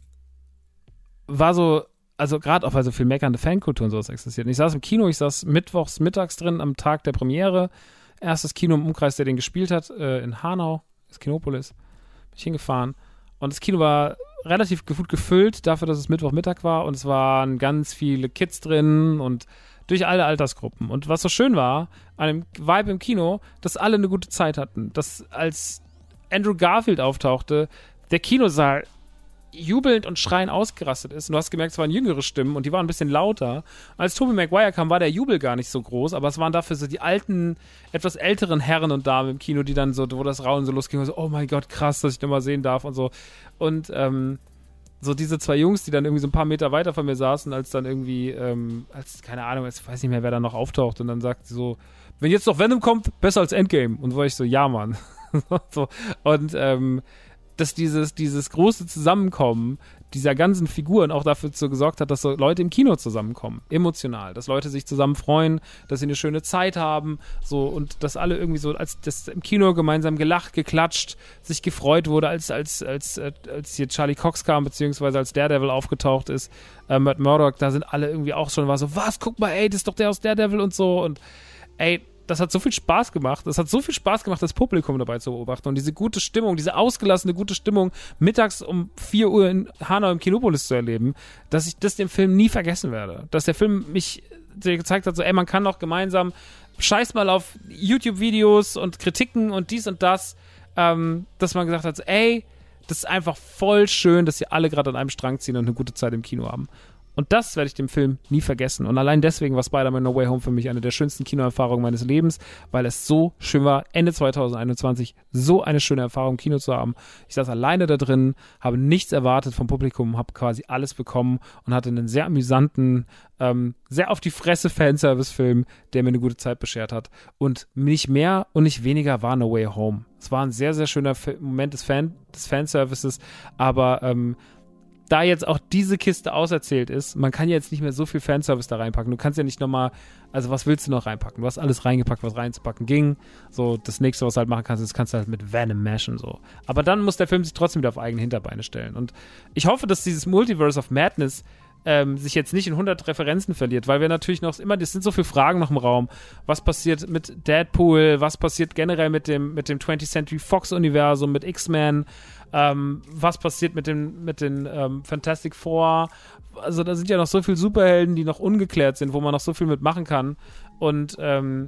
war so, also gerade auch, weil so viel meckernde Fankultur und sowas existiert. Und ich saß im Kino, ich saß mittwochs mittags drin am Tag der Premiere. Erstes Kino im Umkreis, der den gespielt hat, äh, in Hanau, das Kinopolis. Bin ich hingefahren. Und das Kino war relativ gut gefüllt, dafür, dass es Mittwochmittag war. Und es waren ganz viele Kids drin und durch alle Altersgruppen. Und was so schön war, an dem Vibe im Kino, dass alle eine gute Zeit hatten. Dass als Andrew Garfield auftauchte, der Kinosaal jubelnd und schreiend ausgerastet ist. Und du hast gemerkt, es waren jüngere Stimmen und die waren ein bisschen lauter. Und als Tobey Maguire kam, war der Jubel gar nicht so groß, aber es waren dafür so die alten, etwas älteren Herren und Damen im Kino, die dann so, wo das Raunen so losging, und so, oh mein Gott, krass, dass ich nochmal sehen darf und so. Und, ähm, so diese zwei Jungs, die dann irgendwie so ein paar Meter weiter von mir saßen, als dann irgendwie, ähm, als, keine Ahnung, ich weiß nicht mehr, wer da noch auftaucht und dann sagt sie so, wenn jetzt noch Venom kommt, besser als Endgame. Und wo ich so, ja, Mann. so. Und, ähm, dass dieses, dieses große Zusammenkommen dieser ganzen Figuren auch dafür so gesorgt hat, dass so Leute im Kino zusammenkommen, emotional, dass Leute sich zusammen freuen, dass sie eine schöne Zeit haben, so, und dass alle irgendwie so, als das im Kino gemeinsam gelacht, geklatscht, sich gefreut wurde, als, als, als, als hier Charlie Cox kam, beziehungsweise als Daredevil aufgetaucht ist, äh, Matt Murdock, da sind alle irgendwie auch schon, war so, was, guck mal, ey, das ist doch der aus Daredevil und so, und ey, das hat so viel Spaß gemacht. Es hat so viel Spaß gemacht, das Publikum dabei zu beobachten. Und diese gute Stimmung, diese ausgelassene gute Stimmung, mittags um vier Uhr in Hanau im Kinopolis zu erleben, dass ich das dem Film nie vergessen werde. Dass der Film mich gezeigt hat, so, ey, man kann doch gemeinsam, scheiß mal auf YouTube-Videos und Kritiken und dies und das, ähm, dass man gesagt hat, so, ey, das ist einfach voll schön, dass ihr alle gerade an einem Strang ziehen und eine gute Zeit im Kino haben. Und das werde ich dem Film nie vergessen. Und allein deswegen war Spider-Man No Way Home für mich eine der schönsten Kinoerfahrungen meines Lebens, weil es so schön war, Ende zwanzig einundzwanzig so eine schöne Erfahrung im Kino zu haben. Ich saß alleine da drin, habe nichts erwartet vom Publikum, habe quasi alles bekommen und hatte einen sehr amüsanten, ähm, sehr auf die Fresse Fanservice-Film, der mir eine gute Zeit beschert hat. Und nicht mehr und nicht weniger war No Way Home. Es war ein sehr, sehr schöner F- Moment des, Fan- des Fanservices, aber ähm, da jetzt auch diese Kiste auserzählt ist, man kann ja jetzt nicht mehr so viel Fanservice da reinpacken. Du kannst ja nicht nochmal, also was willst du noch reinpacken? Du hast alles reingepackt, was reinzupacken ging. So, das nächste, was du halt machen kannst, ist, kannst du halt mit Venom mashen, so. Aber dann muss der Film sich trotzdem wieder auf eigene Hinterbeine stellen. Und ich hoffe, dass dieses Multiverse of Madness ähm, sich jetzt nicht in hundert Referenzen verliert, weil wir natürlich noch immer, das sind so viele Fragen noch im Raum. Was passiert mit Deadpool? Was passiert generell mit dem, mit dem twentieth Century Fox Universum, mit X-Men? Ähm, was passiert mit, dem, mit den ähm, Fantastic Four? Also da sind ja noch so viele Superhelden, die noch ungeklärt sind, wo man noch so viel mitmachen kann. Und ähm,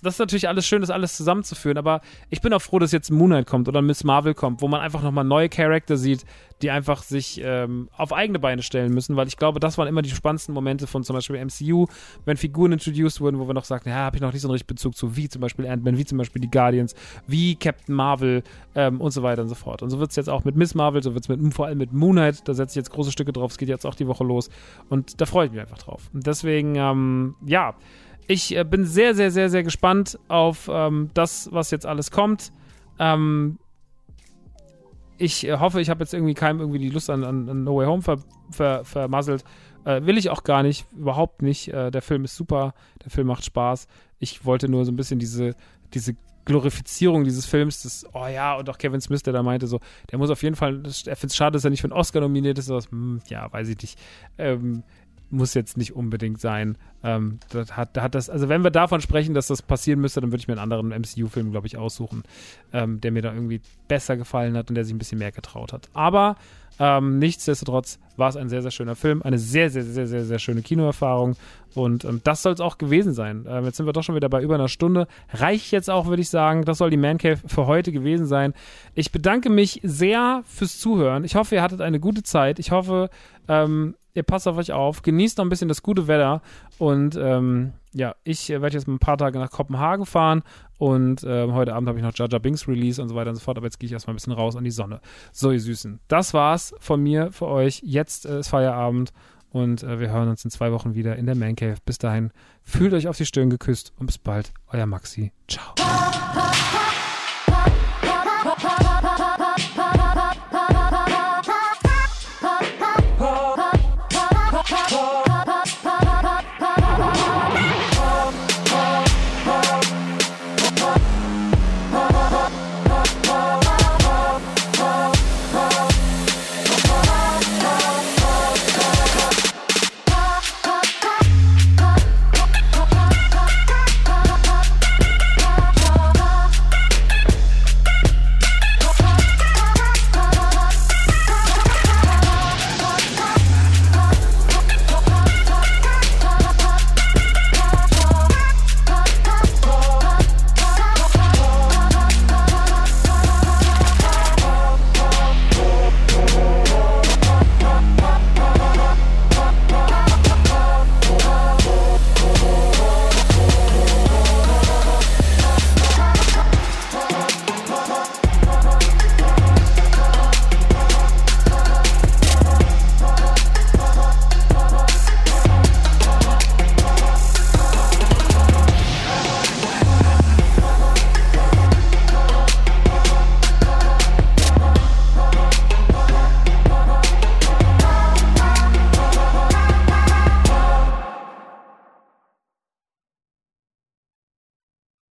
das ist natürlich alles schön, das alles zusammenzuführen, aber ich bin auch froh, dass jetzt Moon Knight kommt oder Miss Marvel kommt, wo man einfach nochmal neue Charakter sieht, die einfach sich ähm, auf eigene Beine stellen müssen, weil ich glaube, das waren immer die spannendsten Momente von zum Beispiel M C U, wenn Figuren introduced wurden, wo wir noch sagten, ja, habe ich noch nicht so einen richtigen Bezug zu, wie zum Beispiel Ant-Man, wie zum Beispiel die Guardians, wie Captain Marvel ähm, und so weiter und so fort. Und so wird es jetzt auch mit Miss Marvel, so wird es mit, vor allem mit Moon Knight, da setze ich jetzt große Stücke drauf, es geht jetzt auch die Woche los und da freue ich mich einfach drauf. Und deswegen, ähm, ja, ich äh, bin sehr, sehr, sehr, sehr gespannt auf ähm, das, was jetzt alles kommt. Ähm, ich äh, hoffe, ich habe jetzt irgendwie keinem irgendwie die Lust an, an, an No Way Home ver, ver, vermasselt. Äh, will ich auch gar nicht, überhaupt nicht. Äh, der Film ist super, der Film macht Spaß. Ich wollte nur so ein bisschen diese, diese Glorifizierung dieses Films, das, oh ja, und auch Kevin Smith, der da meinte, so, der muss auf jeden Fall, er findet es schade, dass er nicht für einen Oscar nominiert ist, sowas, hm, ja, weiß ich nicht. Ähm, muss jetzt nicht unbedingt sein. Ähm, das hat, hat das, also wenn wir davon sprechen, dass das passieren müsste, dann würde ich mir einen anderen M C U-Film, glaube ich, aussuchen, ähm, der mir da irgendwie besser gefallen hat und der sich ein bisschen mehr getraut hat. Aber ähm, nichtsdestotrotz war es ein sehr, sehr schöner Film, eine sehr, sehr, sehr, sehr, sehr schöne Kinoerfahrung und ähm, das soll es auch gewesen sein. Ähm, jetzt sind wir doch schon wieder bei über einer Stunde. Reicht jetzt auch, würde ich sagen. Das soll die Man Cave für heute gewesen sein. Ich bedanke mich sehr fürs Zuhören. Ich hoffe, ihr hattet eine gute Zeit. Ich hoffe, ähm, ihr passt auf euch auf, genießt noch ein bisschen das gute Wetter und ähm, ja, ich äh, werde jetzt mal ein paar Tage nach Kopenhagen fahren und äh, heute Abend habe ich noch Jar Jar Binks Release und so weiter und so fort, aber jetzt gehe ich erstmal ein bisschen raus an die Sonne. So, ihr Süßen. Das war's von mir für euch. Jetzt äh, ist Feierabend und äh, wir hören uns in zwei Wochen wieder in der Man Cave. Bis dahin, fühlt euch auf die Stirn geküsst und bis bald. Euer Maxi. Ciao.